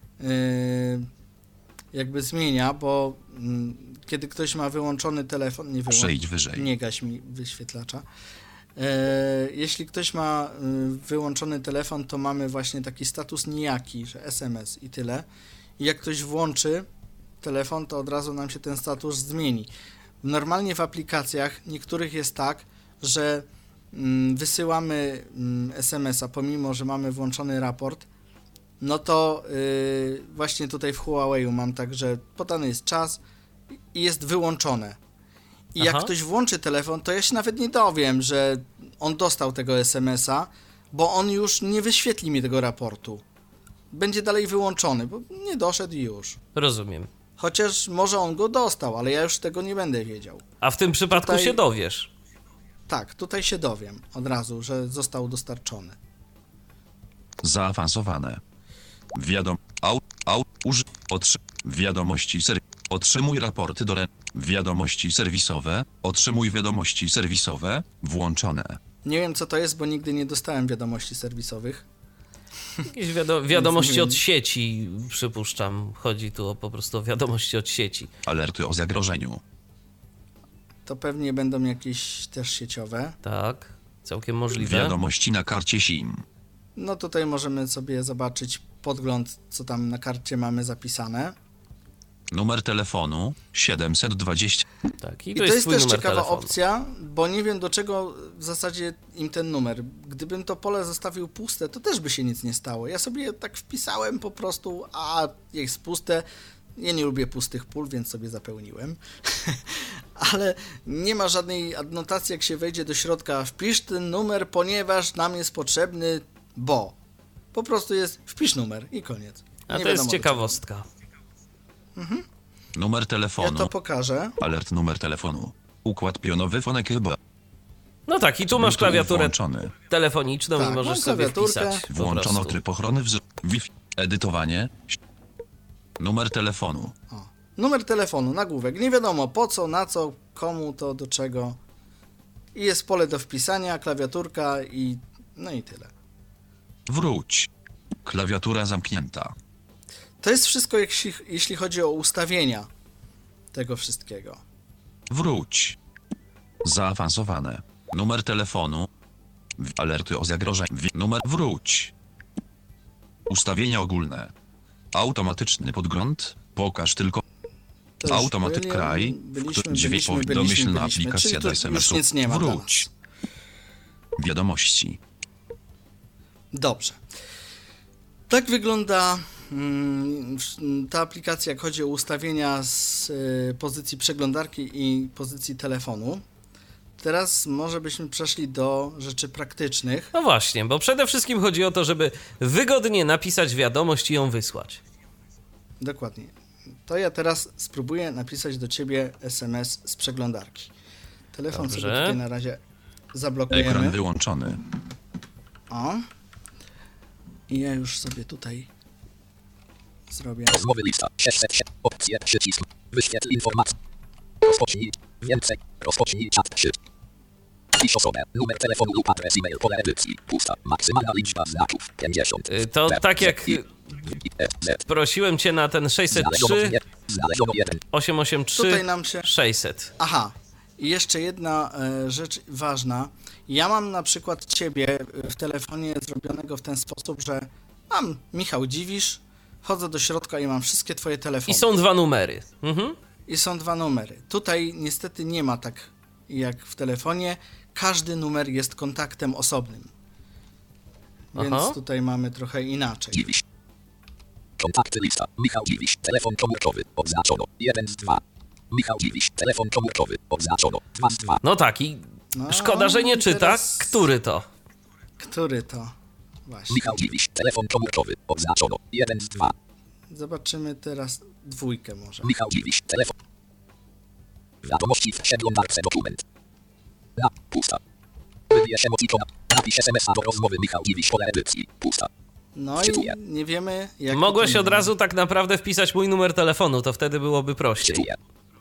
jakby zmienia, bo kiedy ktoś ma wyłączony telefon, Przejdź wyżej. nie gaś mi wyświetlacza. Jeśli ktoś ma wyłączony telefon, to mamy właśnie taki status nijaki, że SMS i tyle. I jak ktoś włączy telefon, to od razu nam się ten status zmieni. Normalnie w aplikacjach niektórych jest tak, że wysyłamy SMS-a, pomimo że mamy włączony raport, no to właśnie tutaj w Huawei'u mam tak, że podany jest czas i jest wyłączone. I jak Aha. ktoś włączy telefon, to ja się nawet nie dowiem, że on dostał tego SMS-a, bo on już nie wyświetli mi tego raportu. Będzie dalej wyłączony, bo nie doszedł i już. Rozumiem. Chociaż może on go dostał, ale ja już tego nie będę wiedział. A w tym przypadku Tutaj- się dowiesz. Tak, tutaj się dowiem od razu, że został dostarczony. Zaawansowane. Otrzymuj raporty wiadomości serwisowe. Otrzymuj wiadomości serwisowe. Włączone. Nie wiem co to jest, bo nigdy nie dostałem wiadomości serwisowych. Jakieś wiadomości od sieci, przypuszczam. Chodzi tu po prostu o wiadomości od sieci. Alerty o zagrożeniu. To pewnie będą jakieś też sieciowe. Tak, całkiem możliwe. Wiadomości na karcie SIM. No tutaj możemy sobie zobaczyć podgląd, co tam na karcie mamy zapisane. Numer telefonu 720. Tak, I to to jest jest twój też numer ciekawa telefonu. opcja, bo nie wiem do czego w zasadzie im ten numer. Gdybym to pole zostawił puste, to też by się nic nie stało. Ja sobie tak wpisałem po prostu, a jest puste. Ja nie lubię pustych pól, więc sobie zapełniłem. Ale nie ma żadnej adnotacji, jak się wejdzie do środka. Wpisz ten numer, ponieważ nam jest potrzebny, bo. Po prostu jest wpisz numer i koniec. A Nie to jest wiadomo do czego. ciekawostka. Numer Ja telefonu. to pokażę. Alert numer telefonu. Układ pionowy fonek chyba. No tak, i tu masz klawiaturę Włączony. telefoniczną Tak, i możesz mam sobie klawiaturkę. wpisać. po Włączono prostu. tryb ochrony Wi-Fi. Edytowanie. Numer telefonu. Numer telefonu, nagłówek. Nie wiadomo po co, na co, komu to, do czego. I jest pole do wpisania, klawiaturka i no i tyle. Wróć. Klawiatura zamknięta. To jest wszystko, jeśli chodzi o ustawienia tego wszystkiego. Wróć. Zaawansowane. Numer telefonu. Alerty o zagrożeniu. Numer wróć. Ustawienia ogólne. Automatyczny podgląd. Pokaż tylko. To już Automatyk kraj. Domyślna aplikacja czyli tu dla już SMS-u. nic nie ma dla Wróć. nas. Wiadomości. Dobrze. Tak wygląda ta aplikacja, jak chodzi o ustawienia z pozycji przeglądarki i pozycji telefonu. Teraz może byśmy przeszli do rzeczy praktycznych. No właśnie, bo przede wszystkim chodzi o to, żeby wygodnie napisać wiadomość i ją wysłać. Dokładnie. To ja teraz spróbuję napisać do Ciebie SMS z przeglądarki. Telefon Dobrze. sobie tutaj na razie Ekran zablokujemy. wyłączony. O. I ja już sobie tutaj zrobię. Rozmowy lista. 607. Opcje. Przycisk. Wyświetl informacje. Rozpocznij. Więcej. Rozpocznij czat. Wpisz osobę. Numer telefonu lub adres e-mail. Pole edycji. Pusta. Maksymalna liczba znaków. 50. To tak jak prosiłem cię na ten 603, Znaleziono 1. 883, Tutaj nam się... 600. Aha. I jeszcze jedna rzecz ważna. Ja mam na przykład Ciebie w telefonie zrobionego w ten sposób, że mam Michał Dziwisz, chodzę do środka i mam wszystkie Twoje telefony. I są dwa numery. Mhm. I są dwa numery. Tutaj niestety nie ma tak jak w telefonie. Każdy numer jest kontaktem osobnym. Więc Aha. tutaj mamy trochę inaczej. Dziwisz. Kontakty lista. Michał Dziwisz. Telefon komórkowy. Odznaczono. 1 z 2. Michał Dziwisz. Telefon komórkowy. Odznaczono. 2 z 2. No tak, i No, szkoda, że nie i czyta, teraz- który to. Który to? Właśnie. Michał Dziwisz. Telefon komórkowy. Odznaczono. 1 z 2. Zobaczymy teraz dwójkę może. Michał Dziwisz. Telefon. Wiadomości w przeglądarce dokument. Na. Pusta. Wybierz emotikona. Napisz SMS-a do rozmowy Michał Dziwisz. Pole edycji. Pusta. No Czytuję. i nie wiemy jak... Mogłeś to od razu tak naprawdę wpisać mój numer telefonu, to wtedy byłoby prościej. Czytuję.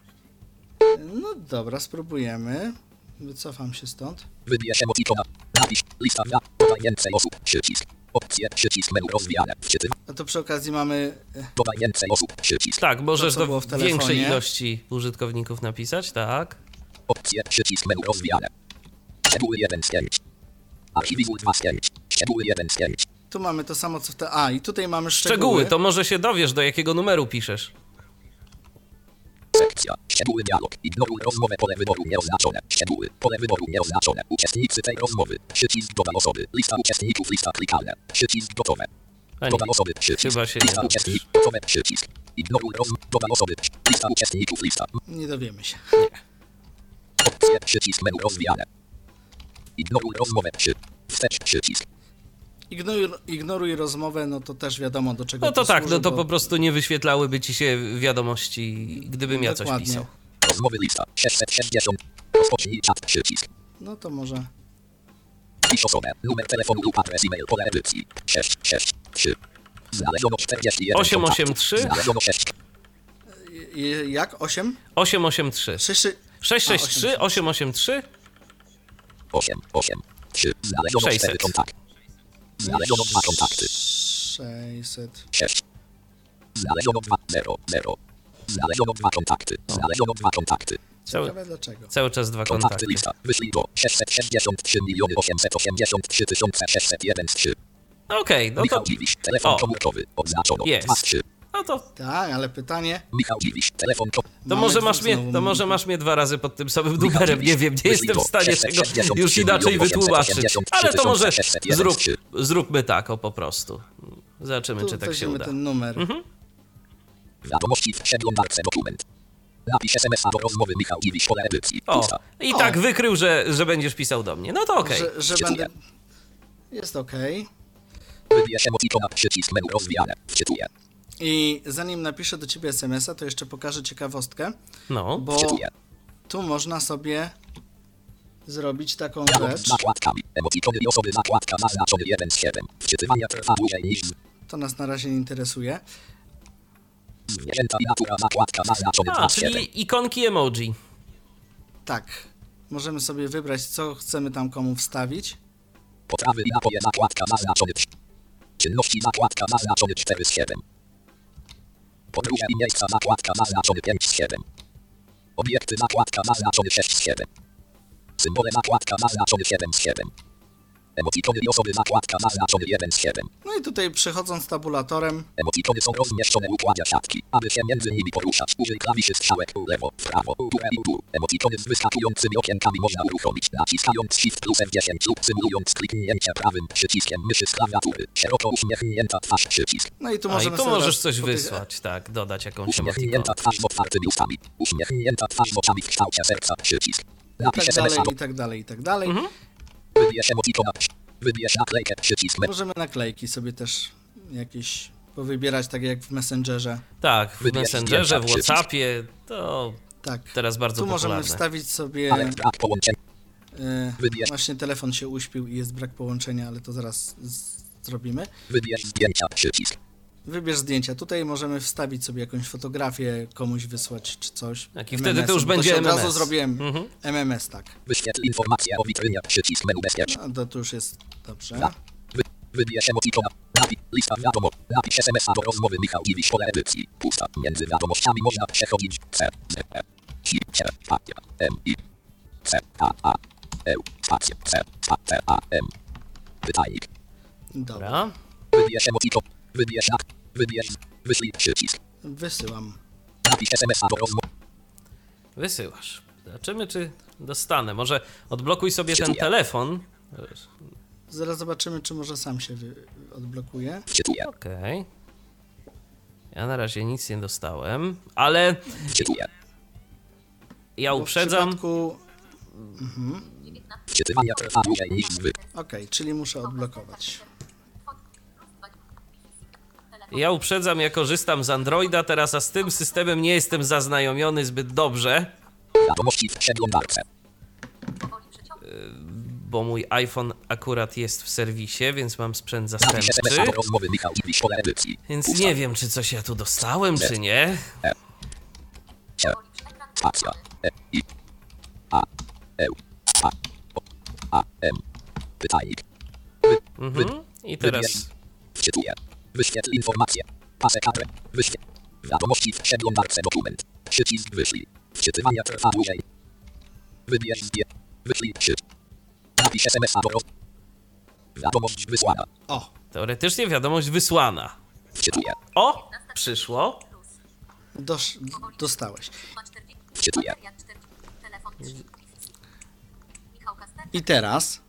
No dobra, spróbujemy. Wycofam się stąd. Wybierz emotikona. Napisz. Lista. Dodaj więcej osób. Przycisk. Opcje. Przycisk menu rozwijane. Wczytyw. A to przy okazji mamy... Dodaj więcej osób. Przycisk. Tak, możesz co było do w telefonie. większej ilości użytkowników napisać, tak. Opcje. Przycisk menu rozwijane. Szczegóły 1 z 5. Archiwizuj 2 z 5. Szczegóły 1 z 5. Tu mamy to samo co w te... A, i tutaj mamy Szczegóły, to może się dowiesz, do jakiego numeru piszesz. Sekcja. Szczegóły dialog. Ignoruj rozmowę. Pole wyboru nieoznaczone. Szczegóły. Pole wyboru nieoznaczone. Uczestnicy tej rozmowy. Przycisk dodaj osoby. Lista uczestników. Lista klikalne. Przycisk gotowe. A nie, Dodaj osoby. Przycisk. chyba się nie Lista dowiesz. uczestników. Gotowe. Przycisk. Ignoruj rozmowę. Dodaj osoby. Lista uczestników. Lista. Nie dowiemy się. Opcje. Przycisk menu rozwijane. Ignoruj rozmowę. Wstecz. Przycisk. Ignoruj rozmowę, no to też wiadomo do czego No to tak, służy, no to bo- po prostu nie wyświetlałyby ci się wiadomości, gdybym ja coś Dokładnie. pisał. Rozmowy lista. 660. Rozpocznij czat. Przycisk. No to może... Wpisz osobę. Numer telefonu lub adres e-mail. Pole edycji. 663. Znaleziono 41. 883. kontaktów. Znaleziono 6. Jak? 8? 883. 663, 8. 883, 8, 8, 3. Znaleziono 600. 4 kontakty. Znaleziono 2 kontakty. 600. 6. Znaleziono 2, 0, 0. Znaleziono 2 kontakty. Znaleziono 2 kontakty. Ciekawe dlaczego. cały czas dwa Kontakty kontakty. lista. Wyślij do 663 883 601 z 3. Okej, no Michał to... Dziwisz. Telefon O. komórkowy. Odznaczono. Jest. 2 z 3. No to Tak, ale pytanie... Michał Dziwisz. Telefon komórkowy. To Mamy może, dwóch znowu. to może masz mnie dwa razy pod tym samym Michał numerem, Dziwisz. nie wiem, nie jestem w stanie tego już inaczej wytłumaczyć, ale to może zróbmy tak, o po prostu. Zobaczymy, Tu czy tak się weźmiemy uda. ten numer. Wiadomości w przeglądarce dokument. Napisz SMS-a do rozmowy Michał Dziwisz. Pole edycji. O, Pusta. i O. tak wykrył, że będziesz pisał do mnie. No to okej. Że Wczytuję. będę... Jest okej. Wybierz emotikona. Przycisk menu rozwijane. Wczytuję. I zanim napiszę do ciebie SMS-a, to jeszcze pokażę ciekawostkę, No. bo Wczytuję. tu można sobie zrobić taką Dialog rzecz. z zakładkami. Emotykony i osoby zakładka zaznaczony 1 z 7. Wczytywanie trwa dłużej niż To nas na razie nie interesuje. zwierzęta i natura zakładka zaznaczony 2 z 7. Czyli ikonki emoji. Tak. Możemy sobie wybrać, co chcemy tam komu wstawić. Potrawy i napoje zakładka zaznaczony 3. Czynności zakładka zaznaczony 4 z 7. Podróże i miejsca zakładka zaznaczony 5 z 7. Obiekty zakładka zaznaczony 6 z 7. Symbole zakładka zaznaczony 7 z 7. Emotikony i osoby zakładka zaznaczony 1 z 7. No i tutaj przechodząc tabulatorem, Emotikony są rozmieszczone w układzie siatki. Aby się między nimi poruszać, użyj klawiszy strzałek w lewo, w prawo, w górę i w dół. Emotikony z wyskakującymi okienkami można uruchomić, naciskając Shift plus F10 lub symulując kliknięcie prawym przyciskiem myszy z klawiatury. Szeroko uśmiechnięta twarz przycisk. no i tu A i możemy tu sobie możesz raz coś po tych- wysłać, tak, dodać jakąś emotikonę. Uśmiechnięta twarz z otwartymi ustami. Uśmiechnięta twarz z oczami w kształcie serca przycisk. I Napisz tak dalej, SMS-a. i tak dalej, i tak dalej. Wybierz emotikona. Wybierz naklejkę przycisk. Możemy naklejki sobie też jakieś powybierać, tak jak w Messengerze. Tak, w Wybierz Messengerze, zdjęcia, w przycisk. WhatsAppie, to Tak. teraz bardzo Tu możemy popularne. wstawić sobie... Ale brak połączenia. Wybierz. Właśnie telefon się uśpił i jest brak połączenia, ale to zaraz zrobimy. Wybierz zdjęcia przycisk. Wybierz zdjęcia. Tutaj możemy wstawić sobie jakąś fotografię, komuś wysłać czy coś. Tak, i wtedy to już MMS-em. będzie się od razu MMS. zrobiłem MMS, tak. Wyświetl informację o witrynie przycisk menu bezpieczne. No, to już jest dobrze. Wybierz emotikona. Lista wiadomo. Napisz SMS-a do rozmowy Michał Dziwisz pole edycji. Pusta. Między wiadomościami można przechodzić. C, Z, E, C, A, M, I, C, A, E, spacja, C, T, A, M. Pytajnik. Dobra. Dobra. Wybierz emotikon. Wybierz. Wyślij przycisk. Wysyłam. Napisz SMS-a do rozmowy. Wysyłasz. Zobaczymy, czy dostanę. Może odblokuj sobie ten Wczytuję. telefon. Zaraz zobaczymy, czy może sam się odblokuje. Wczytuję. Okej. Ja na razie nic nie dostałem, ale Wczytuję. ja Bo w uprzedzam. przypadku... Wczytywanie trwa dłużej niż zwykle. Okej, czyli muszę odblokować. Ja uprzedzam, ja korzystam z Androida teraz, a z tym systemem nie jestem zaznajomiony zbyt dobrze, Wiadomości w przeglądarce. bo mój iPhone akurat jest w serwisie, więc mam sprzęt Napisz SMS-a zastępczy. do rozmowy Michał Dziwisz pole edycji. Więc Pusta. nie wiem, czy coś ja tu dostałem, czy nie. C, spacja, E, I, A, E, A, O, A, M. Pytajnik. I teraz Wczytuję. Wyświetl informację. Pasek kadrę. Wyświetl. Wiadomości w przeglądarce dokument. Przycisk wyślij. Wczytywanie trwa dłużej. Wybierz zdjęcie. Wyślij przycisk. Napisz SMS-a do roz... Wiadomość wysłana. O, teoretycznie wiadomość wysłana. Wczytuję. O, przyszło. dostałeś. Wczytuję. I teraz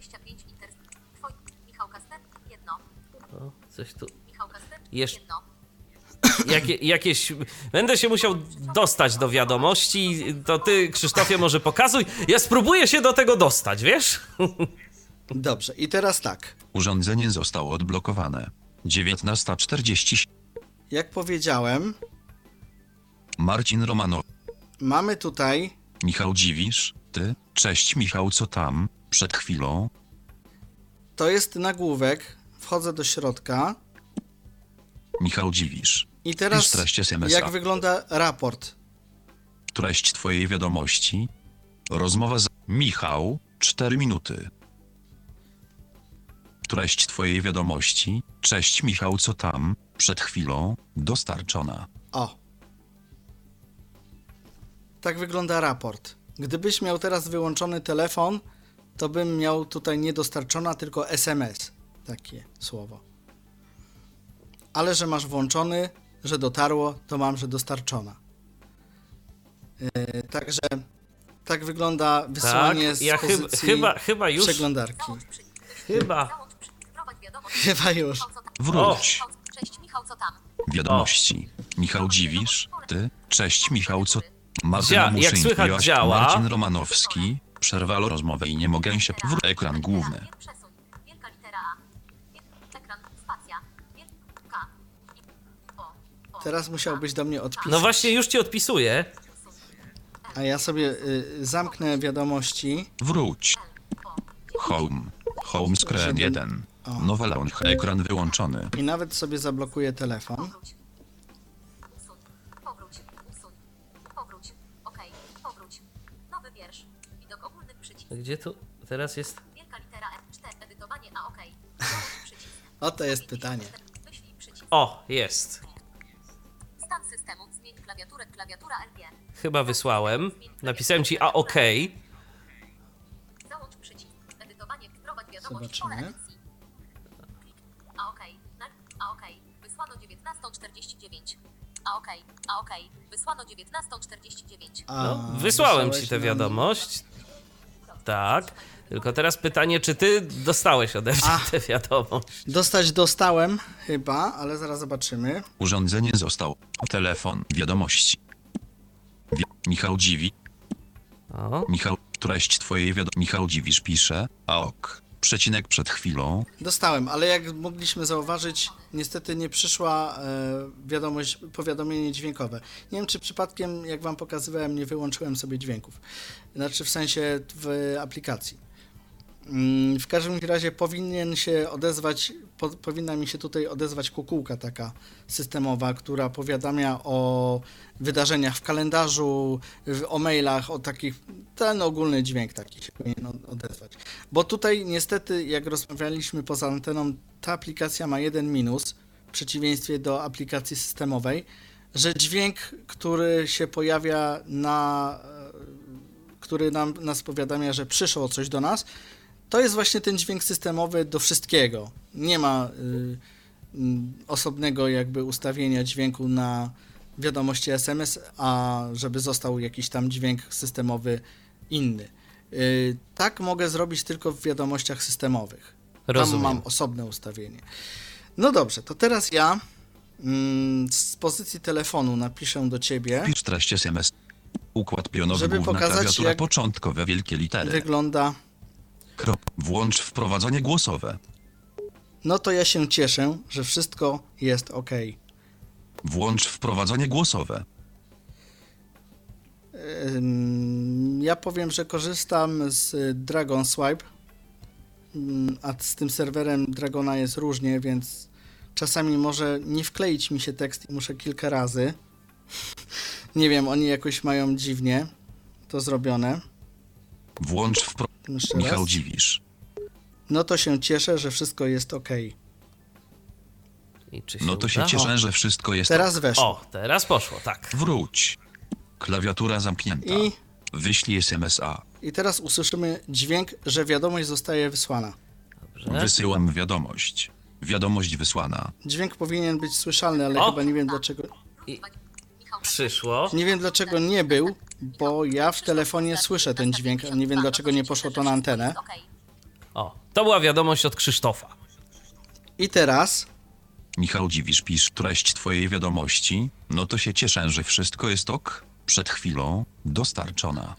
O, coś tu. Jeszcze. Jakieś. Będę się musiał dostać do wiadomości. To ty, Krzysztofie, może pokazuj. Ja spróbuję się do tego dostać, wiesz? dobrze. I teraz tak. Urządzenie zostało odblokowane. 19:40. Jak powiedziałem, Marcin Romanow. mamy tutaj Michał Dziwisz. Ty. Cześć Michał, co tam? Przed chwilą. to jest nagłówek. Wchodzę do środka. Michał Dziwisz. I teraz Pisz treść SMS-a. jak wygląda raport. Treść twojej wiadomości. Rozmowa z... Michał. 4 minuty. Treść twojej wiadomości. Cześć Michał, co tam? Przed chwilą. Dostarczona. O. Tak wygląda raport. Gdybyś miał teraz wyłączony telefon, to bym miał tutaj nie dostarczona, tylko SMS. Takie słowo. Ale że masz włączony, że dotarło, to mam, że dostarczona. Także tak wygląda Tak, wysyłanie z ja pozycji chyba już. przeglądarki. Chyba. Chyba już. Wróć. Cześć Michał, co tam? Wiadomości. Michał Dziwisz. Ty. Cześć Michał, co... Martyna Jak Muszyński, słychać, Joaś, działa. Marcin Romanowski. Przerwalo rozmowę i nie mogę się... Ekran główny. Przesuń. Wielka litera A. Ekran, spacja. K. O. Teraz musiałbyś do mnie odpisać. No właśnie, już ci odpisuję. A ja sobie zamknę wiadomości. Wróć. Home. Home screen 1. Nowe launch. Ekran wyłączony. I nawet sobie zablokuję telefon. Powróć. Usuń. Powróć. Okej. Powróć. Nowy wiersz. Widok ogólny przycisk. Gdzie tu teraz jest? Wielka litera F4. Edytowanie a okej. Przycisk. Oto jest pytanie. Wyślij przycisk. O, jest. Stan systemu. Zmień klawiaturę. Klawiatura LG. Chyba wysłałem. Napisałem ci a okej. Załącz przycisk. Edytowanie. Wprowadź wiadomość. Zobaczymy. Pole edycji. A okej. A okej. Wysłano 19:49. A okej. Wysłano 19:49. No, wysłałem wysłałeś ci tę nam- wiadomość. Tak. Tylko teraz pytanie, czy ty dostałeś ode mnie tę wiadomość? Dostałem chyba, ale zaraz zobaczymy. Urządzenie zostało. Telefon. Wiadomości. Michał Dziwi. O, Michał. Treść twojej wiadomości. Michał Dziwisz pisze. AOK. Przecinek przed chwilą. Dostałem, ale jak mogliśmy zauważyć, niestety nie przyszła powiadomienie dźwiękowe. Nie wiem, czy przypadkiem, jak wam pokazywałem, nie wyłączyłem sobie dźwięków. Znaczy w sensie w aplikacji. W każdym razie powinna mi się tutaj odezwać kukułka taka systemowa, która powiadamia o wydarzeniach w kalendarzu, o mailach, o takich, ten ogólny dźwięk taki się powinien odezwać. Bo tutaj niestety, jak rozmawialiśmy poza anteną, ta aplikacja ma jeden minus, w przeciwieństwie do aplikacji systemowej, że dźwięk, który się pojawia który nas powiadamia, że przyszło coś do nas, to jest właśnie ten dźwięk systemowy do wszystkiego. Nie ma osobnego jakby ustawienia dźwięku na wiadomości SMS, a żeby został jakiś tam dźwięk systemowy inny. Tak mogę zrobić tylko w wiadomościach systemowych. rozumiem. Tam mam osobne ustawienie. No dobrze, to teraz ja z pozycji telefonu napiszę do ciebie, Pisz treść SMS. Układ pionowy. Żeby Główna pokazać, klawiatura. jak Początkowe wielkie litery. wygląda. Włącz wprowadzanie głosowe. No to ja się cieszę, że wszystko jest ok. Włącz wprowadzanie głosowe. Ja powiem, że korzystam z Dragon Swipe, a z tym serwerem Dragona jest różnie, więc czasami może nie wkleić mi się tekst i muszę kilka razy. Nie wiem, oni jakoś mają dziwnie to zrobione. Włącz Jeszcze Michał raz. Dziwisz. No to się cieszę, że wszystko jest ok. I czy No to się uda? cieszę, że wszystko jest. Teraz weszło. O, teraz poszło, tak. Wróć. Klawiatura zamknięta. I Wyślij SMS-a. teraz usłyszymy dźwięk, że wiadomość zostaje wysłana. Dobrze. Wysyłam wiadomość. Wiadomość wysłana. Dźwięk powinien być słyszalny, ale O! chyba nie wiem dlaczego. I przyszło. Nie wiem dlaczego nie był, bo ja w telefonie słyszę ten dźwięk, a nie wiem dlaczego nie poszło to na antenę. O, to była wiadomość od Krzysztofa. I teraz Michał Dziwisz pisz treść twojej wiadomości. No to się cieszę, że wszystko jest ok. Przed chwilą dostarczona.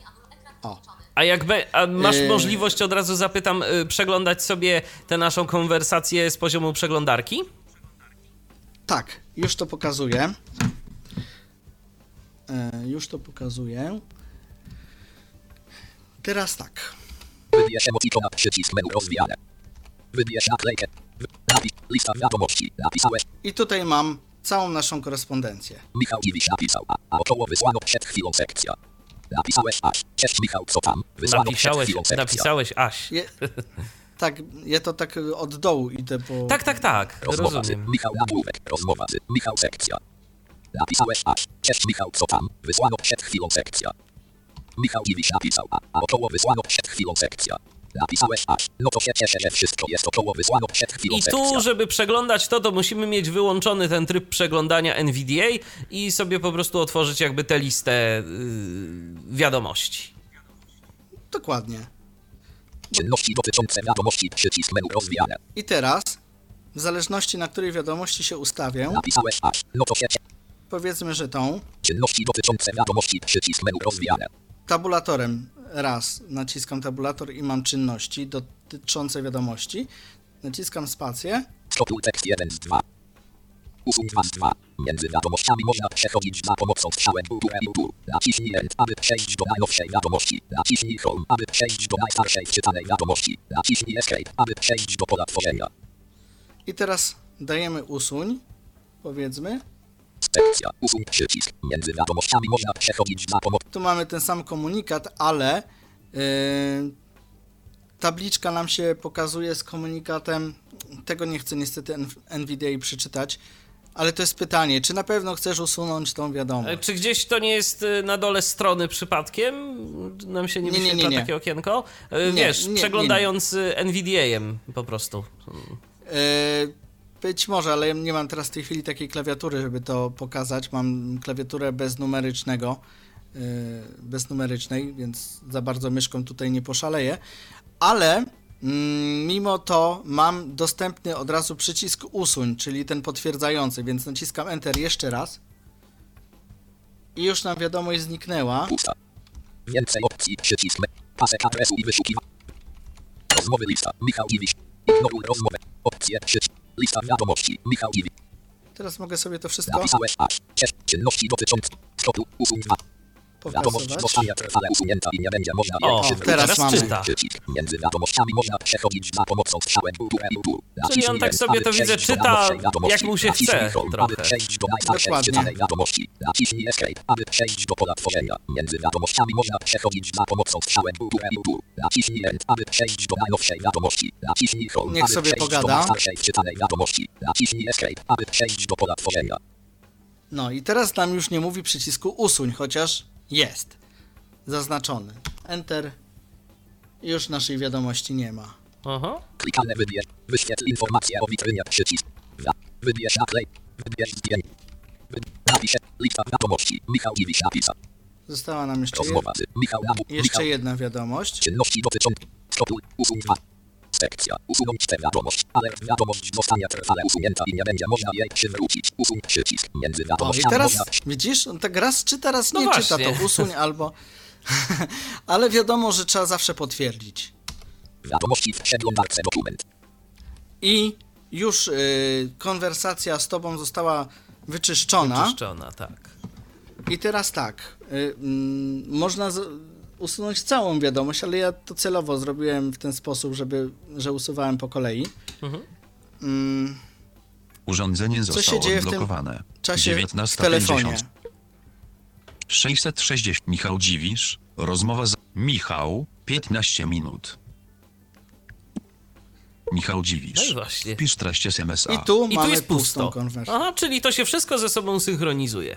A masz możliwość, od razu zapytam, przeglądać sobie tę naszą konwersację z poziomu przeglądarki? tak, już to pokazuję. Teraz tak. Wybierz emotikona, przycisk menu rozwijane. Wybierz naklejkę. Napisz, lista wiadomości. Napisałeś. I tutaj mam całą naszą korespondencję. Michał Dziwisz napisał, a około wysłano przed chwilą sekcja. Napisałeś aż. Cześć Michał, co tam? Wysłano przed chwilą sekcja. Napisałeś Aś. Tak, ja to tak od dołu idę, bo... Tak, Rozmowa z rozumiem. Michał nagłówek. Rozmowa z Michał sekcja. Napisałeś aż. Cześć Michał, co tam? Wysłano przed chwilą sekcja. Michał Dziwisz napisał, a około wysłano przed chwilą sekcja. Napisałeś aż. No to się cieszę, że wszystko jest około wysłano przed chwilą I sekcja. tu, żeby przeglądać to musimy mieć wyłączony ten tryb przeglądania NVDA i sobie po prostu otworzyć jakby tę listę wiadomości. Dokładnie. Czynności dotyczące wiadomości, przycisk menu rozwijane. I teraz, w zależności na której wiadomości się ustawię, Napisałeś aż. No to się powiedzmy, że tą, czynności dotyczące wiadomości, przycisk menu rozwijane. tabulatorem raz naciskam tabulator i mam czynności dotyczące wiadomości, naciskam spację, Stopuj tekst 1 z 2. Usuń 2 z 2. Między wiadomościami można przechodzić za pomocą strzałek tu. Naciśnij End, aby przejść do najnowszej wiadomości. Naciśnij Home, aby przejść do najstarszej wczytanej wiadomości. Naciśnij Escape, aby przejść do pola tworzenia. I teraz dajemy usuń, powiedzmy. Sekcja. Usuń przycisk. Między wiadomościami można przechodzić za pomocą... Tu mamy ten sam komunikat, ale tabliczka nam się pokazuje z komunikatem. Tego nie chcę niestety NVDA przeczytać, ale to jest pytanie, czy na pewno chcesz usunąć tą wiadomość? Czy gdzieś to nie jest na dole strony przypadkiem? Nam się nie wyświetla takie okienko? Wiesz, przeglądając NVDA-em po prostu. Być może, ale nie mam teraz w tej chwili takiej klawiatury, żeby to pokazać. Mam klawiaturę beznumerycznej, więc za bardzo myszką tutaj nie poszaleję, ale mimo to mam dostępny od razu przycisk usuń, czyli ten potwierdzający, więc naciskam Enter jeszcze raz i już nam wiadomość zniknęła. Pusta. Więcej opcji, przycisk, pasek adresu i wyszukiwa. Rozmowy lista, Michał Dziwisz. Ignoruj rozmowę, opcje, przycisk, lista wiadomości, Michał Dziwisz. Teraz mogę sobie to wszystko Napisałeś aż, czynności dotyczące, stopu, usuń 2. Wiadomość pokazywać. zostanie trwale usunięta i nie będzie można jej O, przywrócić. teraz mamy. czyta. Przycisk. Między wiadomościami można przechodzić za pomocą strzałek Czyli on tak sobie to widzę czyta, jak mu się chce trochę. Aby przejść do najstarszej Dokładnie. wczytanej wiadomości. Naciśnij Escape, aby przejść do pola tworzenia. Między wiadomościami można przechodzić za pomocą strzałek Naciśnij End, aby przejść do najnowszej wiadomości. Naciśnij Home, Niech aby sobie przejść do pogada. najstarszej wczytanej wiadomości. Naciśnij Escape, aby przejść do pola tworzenia. No i teraz nam już nie mówi przycisku usuń, chociaż jest zaznaczony. Enter. I już naszej wiadomości nie ma. Aha. Klikalne wybierz. Wyświetl informację o witrynie. Przycisk. Wybierz naklej. Wybierz zdjęcie. Napisz. Lista wiadomości. Michał Dziwisz napisał. Została nam jeszcze, Rozmowa z Michał Nabu. jeszcze jedna wiadomość. Czynności dotyczące. Stopuj. Usuń 2. Sekcja. Usunąć tę wiadomość. Alert. Wiadomość zostanie trwale usunięta i nie będzie można jej przywrócić. Usuń przycisk. Między O, i wiadomościami teraz można... widzisz, on tak raz czyta, raz No nie czyta, właśnie. to usuń albo... Ale wiadomo, że trzeba zawsze potwierdzić. Wiadomości w przeglądarce dokument. I już konwersacja z tobą została wyczyszczona. Czyszczona, tak. I teraz tak, można usunąć całą wiadomość, ale ja to celowo zrobiłem w ten sposób, że usuwałem po kolei. Urządzenie Co zostało się dzieje w tym odblokowane. czasie w 19:50. telefonie? 660. Michał Dziwisz. Rozmowa z... Michał. 15 minut. Michał No Dziwisz. i właśnie. Wpisz treść SMS-a. I tu I tu mamy jest pustą pusto. konwersację. Aha, czyli to się wszystko ze sobą synchronizuje.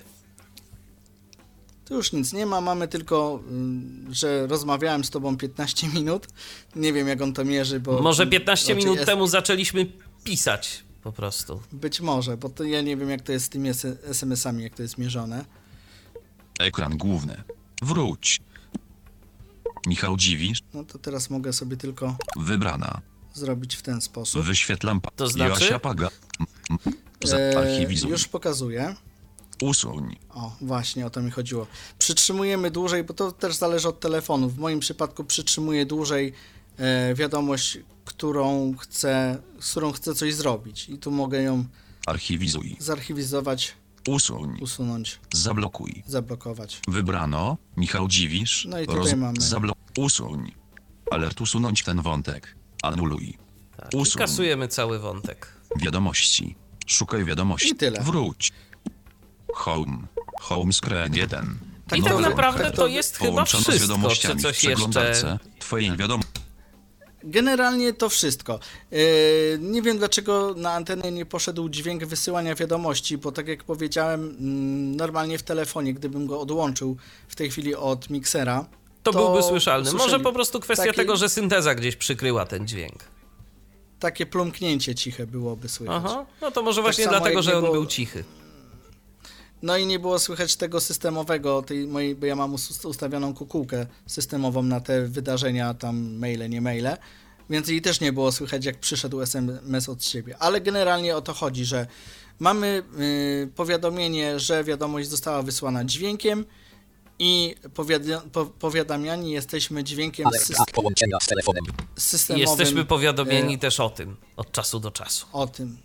Tu już nic nie ma, mamy tylko, że rozmawiałem z tobą 15 minut. Nie wiem, jak on to mierzy, bo... Może 15 minut jest- temu zaczęliśmy pisać po prostu. Być może, bo to ja nie wiem, jak to jest z tymi SMS-ami, jak to jest mierzone. Ekran główny. Wróć. Michał Dziwisz. No to teraz mogę sobie tylko Wybrana. zrobić w ten sposób. Wyświetlam... To znaczy? Joasia Paga. Archiwizuj. Już pokazuję. Usuń. O, właśnie o to mi chodziło. Przytrzymujemy dłużej, bo to też zależy od telefonu. W moim przypadku przytrzymuję dłużej wiadomość, z którą chcę coś zrobić. I tu mogę ją Archiwizuj. zarchiwizować, Usuń. usunąć, Zablokuj. zablokować. Wybrano. Michał Dziwisz. No i tutaj mamy. Usuń. Alert usunąć ten wątek. Anuluj. Tak, i Usuń. kasujemy cały wątek. Wiadomości. Szukaj wiadomości. I tyle. Wróć. Home. Home screen 1. Tak I tak dobrze. naprawdę to jest chyba Połączono z wszystko, czy wiadomościami coś w przeglądarce. jeszcze... Twoje wiadomości. Generalnie to wszystko. Nie wiem, dlaczego na antenę nie poszedł dźwięk wysyłania wiadomości, bo tak jak powiedziałem, normalnie w telefonie, gdybym go odłączył w tej chwili od miksera, To byłby słyszalny. Może usłyszeli po prostu kwestia taki- tego, że synteza gdzieś przykryła ten dźwięk. takie plumknięcie ciche byłoby słychać. Aha, no to może właśnie samo dlatego, jak że nie on było- był cichy. No i nie było słychać tego systemowego, tej mojej, bo ja mam ustawioną kukułkę systemową na te wydarzenia, tam maile, nie maile, więc jej też nie było słychać, jak przyszedł SMS od siebie. Ale generalnie o to chodzi, że mamy powiadomienie, że wiadomość została wysłana dźwiękiem i powiadamiani jesteśmy dźwiękiem Alert. Brak połączenia z telefonem. systemowym. Jesteśmy powiadomieni też o tym od czasu do czasu. O tym.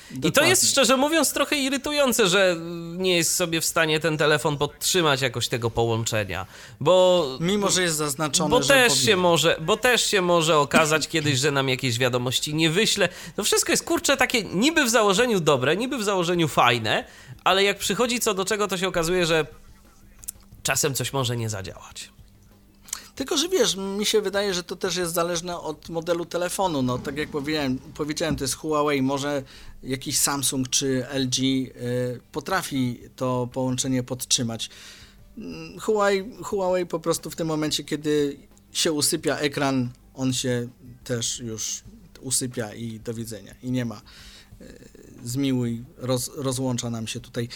I to Dokładnie. jest, szczerze mówiąc, trochę irytujące, że nie jest sobie w stanie ten telefon podtrzymać jakoś tego połączenia, bo... Mimo, że jest zaznaczone, Bo że też się może okazać kiedyś, że nam jakieś wiadomości nie wyśle. To wszystko jest, kurczę, takie niby w założeniu dobre, niby w założeniu fajne, ale jak przychodzi co do czego, to się okazuje, że czasem coś może nie zadziałać. Tylko, że wiesz, mi się wydaje, że to też jest zależne od modelu telefonu. No, tak jak powiedziałem, to jest Huawei, może jakiś Samsung czy LG potrafi to połączenie podtrzymać. Huawei po prostu w tym momencie, kiedy się usypia ekran, on się też już usypia i do widzenia. I nie ma zmiłuj, rozłącza nam się tutaj.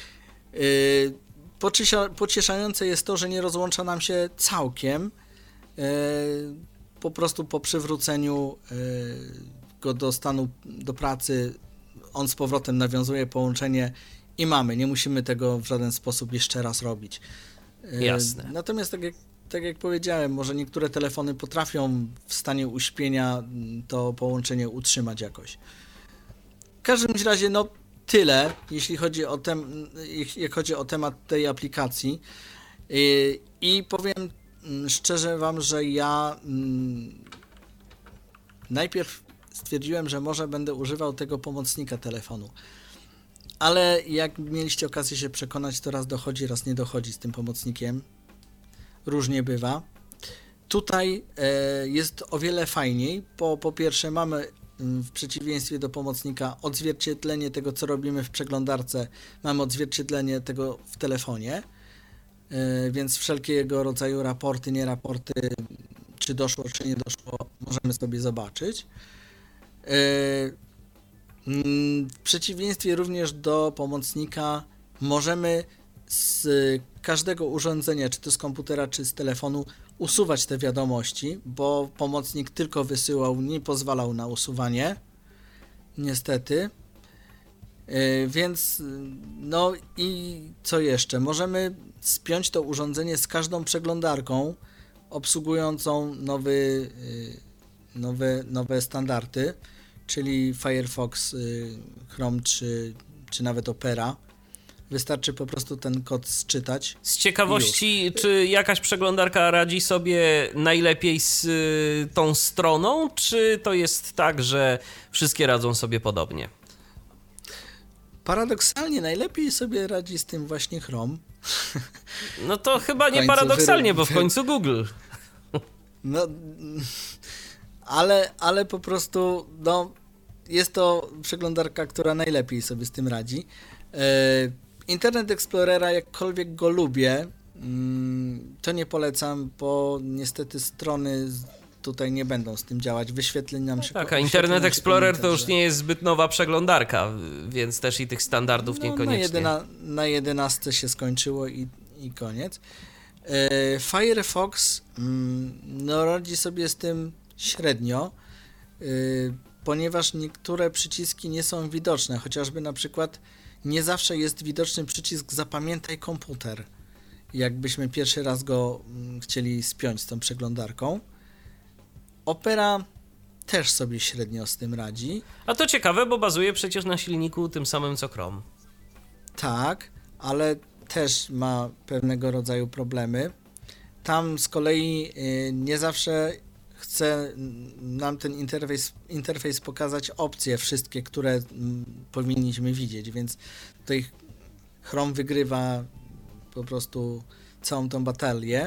Pocieszające jest to, że nie rozłącza nam się całkiem, po prostu po przywróceniu go do stanu, do pracy, on z powrotem nawiązuje połączenie i mamy, nie musimy tego w żaden sposób jeszcze raz robić. Jasne. Natomiast tak jak powiedziałem, może niektóre telefony potrafią w stanie uśpienia to połączenie utrzymać jakoś. W każdym razie, no tyle, jeśli chodzi o jak chodzi o temat tej aplikacji. I powiem szczerze wam, że ja najpierw stwierdziłem, że może będę używał tego pomocnika telefonu. Ale jak mieliście okazję się przekonać, to raz dochodzi, raz nie dochodzi z tym pomocnikiem. Różnie bywa. Tutaj jest o wiele fajniej. Po pierwsze mamy w przeciwieństwie do pomocnika odzwierciedlenie tego, co robimy w przeglądarce. Mamy odzwierciedlenie tego w telefonie. Więc wszelkiego rodzaju raporty, nie raporty, czy doszło, czy nie doszło, możemy sobie zobaczyć. W przeciwieństwie również do pomocnika możemy z każdego urządzenia, czy to z komputera, czy z telefonu, usuwać te wiadomości, bo pomocnik tylko wysyłał, nie pozwalał na usuwanie, niestety. Więc no i co jeszcze? Możemy spiąć to urządzenie z każdą przeglądarką obsługującą nowe standardy, czyli Firefox, Chrome czy nawet Opera. Wystarczy po prostu ten kod sczytać. Z ciekawości, czy jakaś przeglądarka radzi sobie najlepiej z tą stroną, czy to jest tak, że wszystkie radzą sobie podobnie? Paradoksalnie najlepiej sobie radzi z tym właśnie Chrome. No to chyba nie paradoksalnie, bo w końcu Google. No, ale po prostu no, jest to przeglądarka, która najlepiej sobie z tym radzi. Internet Explorera, jakkolwiek go lubię, to nie polecam, bo niestety strony tutaj nie będą z tym działać. Wyświetli nam się... Tak, a Internet Explorer to już nie jest zbyt nowa przeglądarka, więc też i tych standardów niekoniecznie. Na 11 się skończyło i koniec. Firefox no, radzi sobie z tym średnio, ponieważ niektóre przyciski nie są widoczne, chociażby na przykład nie zawsze jest widoczny przycisk zapamiętaj komputer, jakbyśmy pierwszy raz go chcieli spiąć z tą przeglądarką. Opera też sobie średnio z tym radzi. A to ciekawe, bo bazuje przecież na silniku tym samym co Chrome. Tak, ale też ma pewnego rodzaju problemy. Tam z kolei nie zawsze chce nam ten interfejs pokazać opcje wszystkie, które powinniśmy widzieć, więc tutaj Chrome wygrywa po prostu całą tą batalię.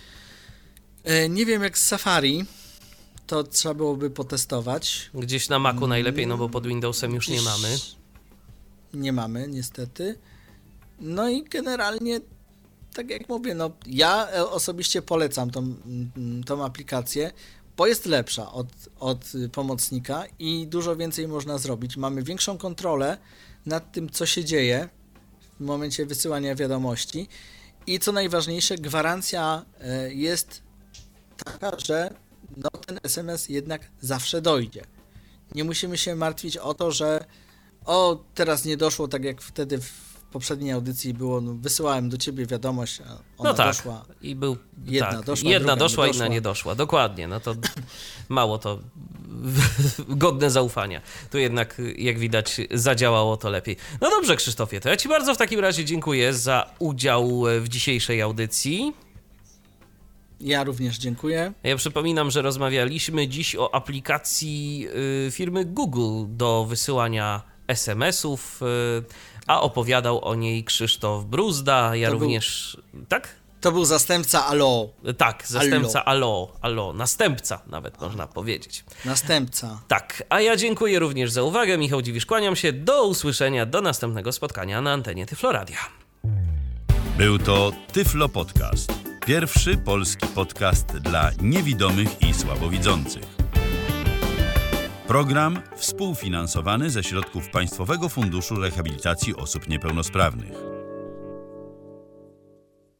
Nie wiem jak z Safari, to trzeba byłoby potestować. Gdzieś na Macu najlepiej, no bo pod Windowsem już nie mamy. Nie mamy, niestety. No i generalnie, tak jak mówię, no ja osobiście polecam tą aplikację, bo jest lepsza od pomocnika i dużo więcej można zrobić. Mamy większą kontrolę nad tym, co się dzieje w momencie wysyłania wiadomości i co najważniejsze, gwarancja jest taka, że no, ten SMS jednak zawsze dojdzie. Nie musimy się martwić o to, że teraz nie doszło, tak jak wtedy w poprzedniej audycji było, no, wysyłałem do ciebie wiadomość, a ona doszła. I był jedna tak, doszła, jedna druga doszła, nie doszła. inna nie doszła. Dokładnie, no to mało to godne zaufania. Tu jednak, jak widać, zadziałało to lepiej. No dobrze, Krzysztofie, to ja Ci bardzo w takim razie dziękuję za udział w dzisiejszej audycji. Ja również dziękuję. Ja przypominam, że rozmawialiśmy dziś o aplikacji firmy Google do wysyłania SMS-ów, a opowiadał o niej Krzysztof Bruzda. Ja również... Tak? To był zastępca Allo. Tak, zastępca Allo, następca nawet można powiedzieć. Następca. Tak, a ja dziękuję również za uwagę. Michał Dziwisz, kłaniam się. Do usłyszenia, do następnego spotkania na antenie Tyflo Radia. Był to Tyflo Podcast. Pierwszy polski podcast dla niewidomych i słabowidzących. Program współfinansowany ze środków Państwowego Funduszu Rehabilitacji Osób Niepełnosprawnych.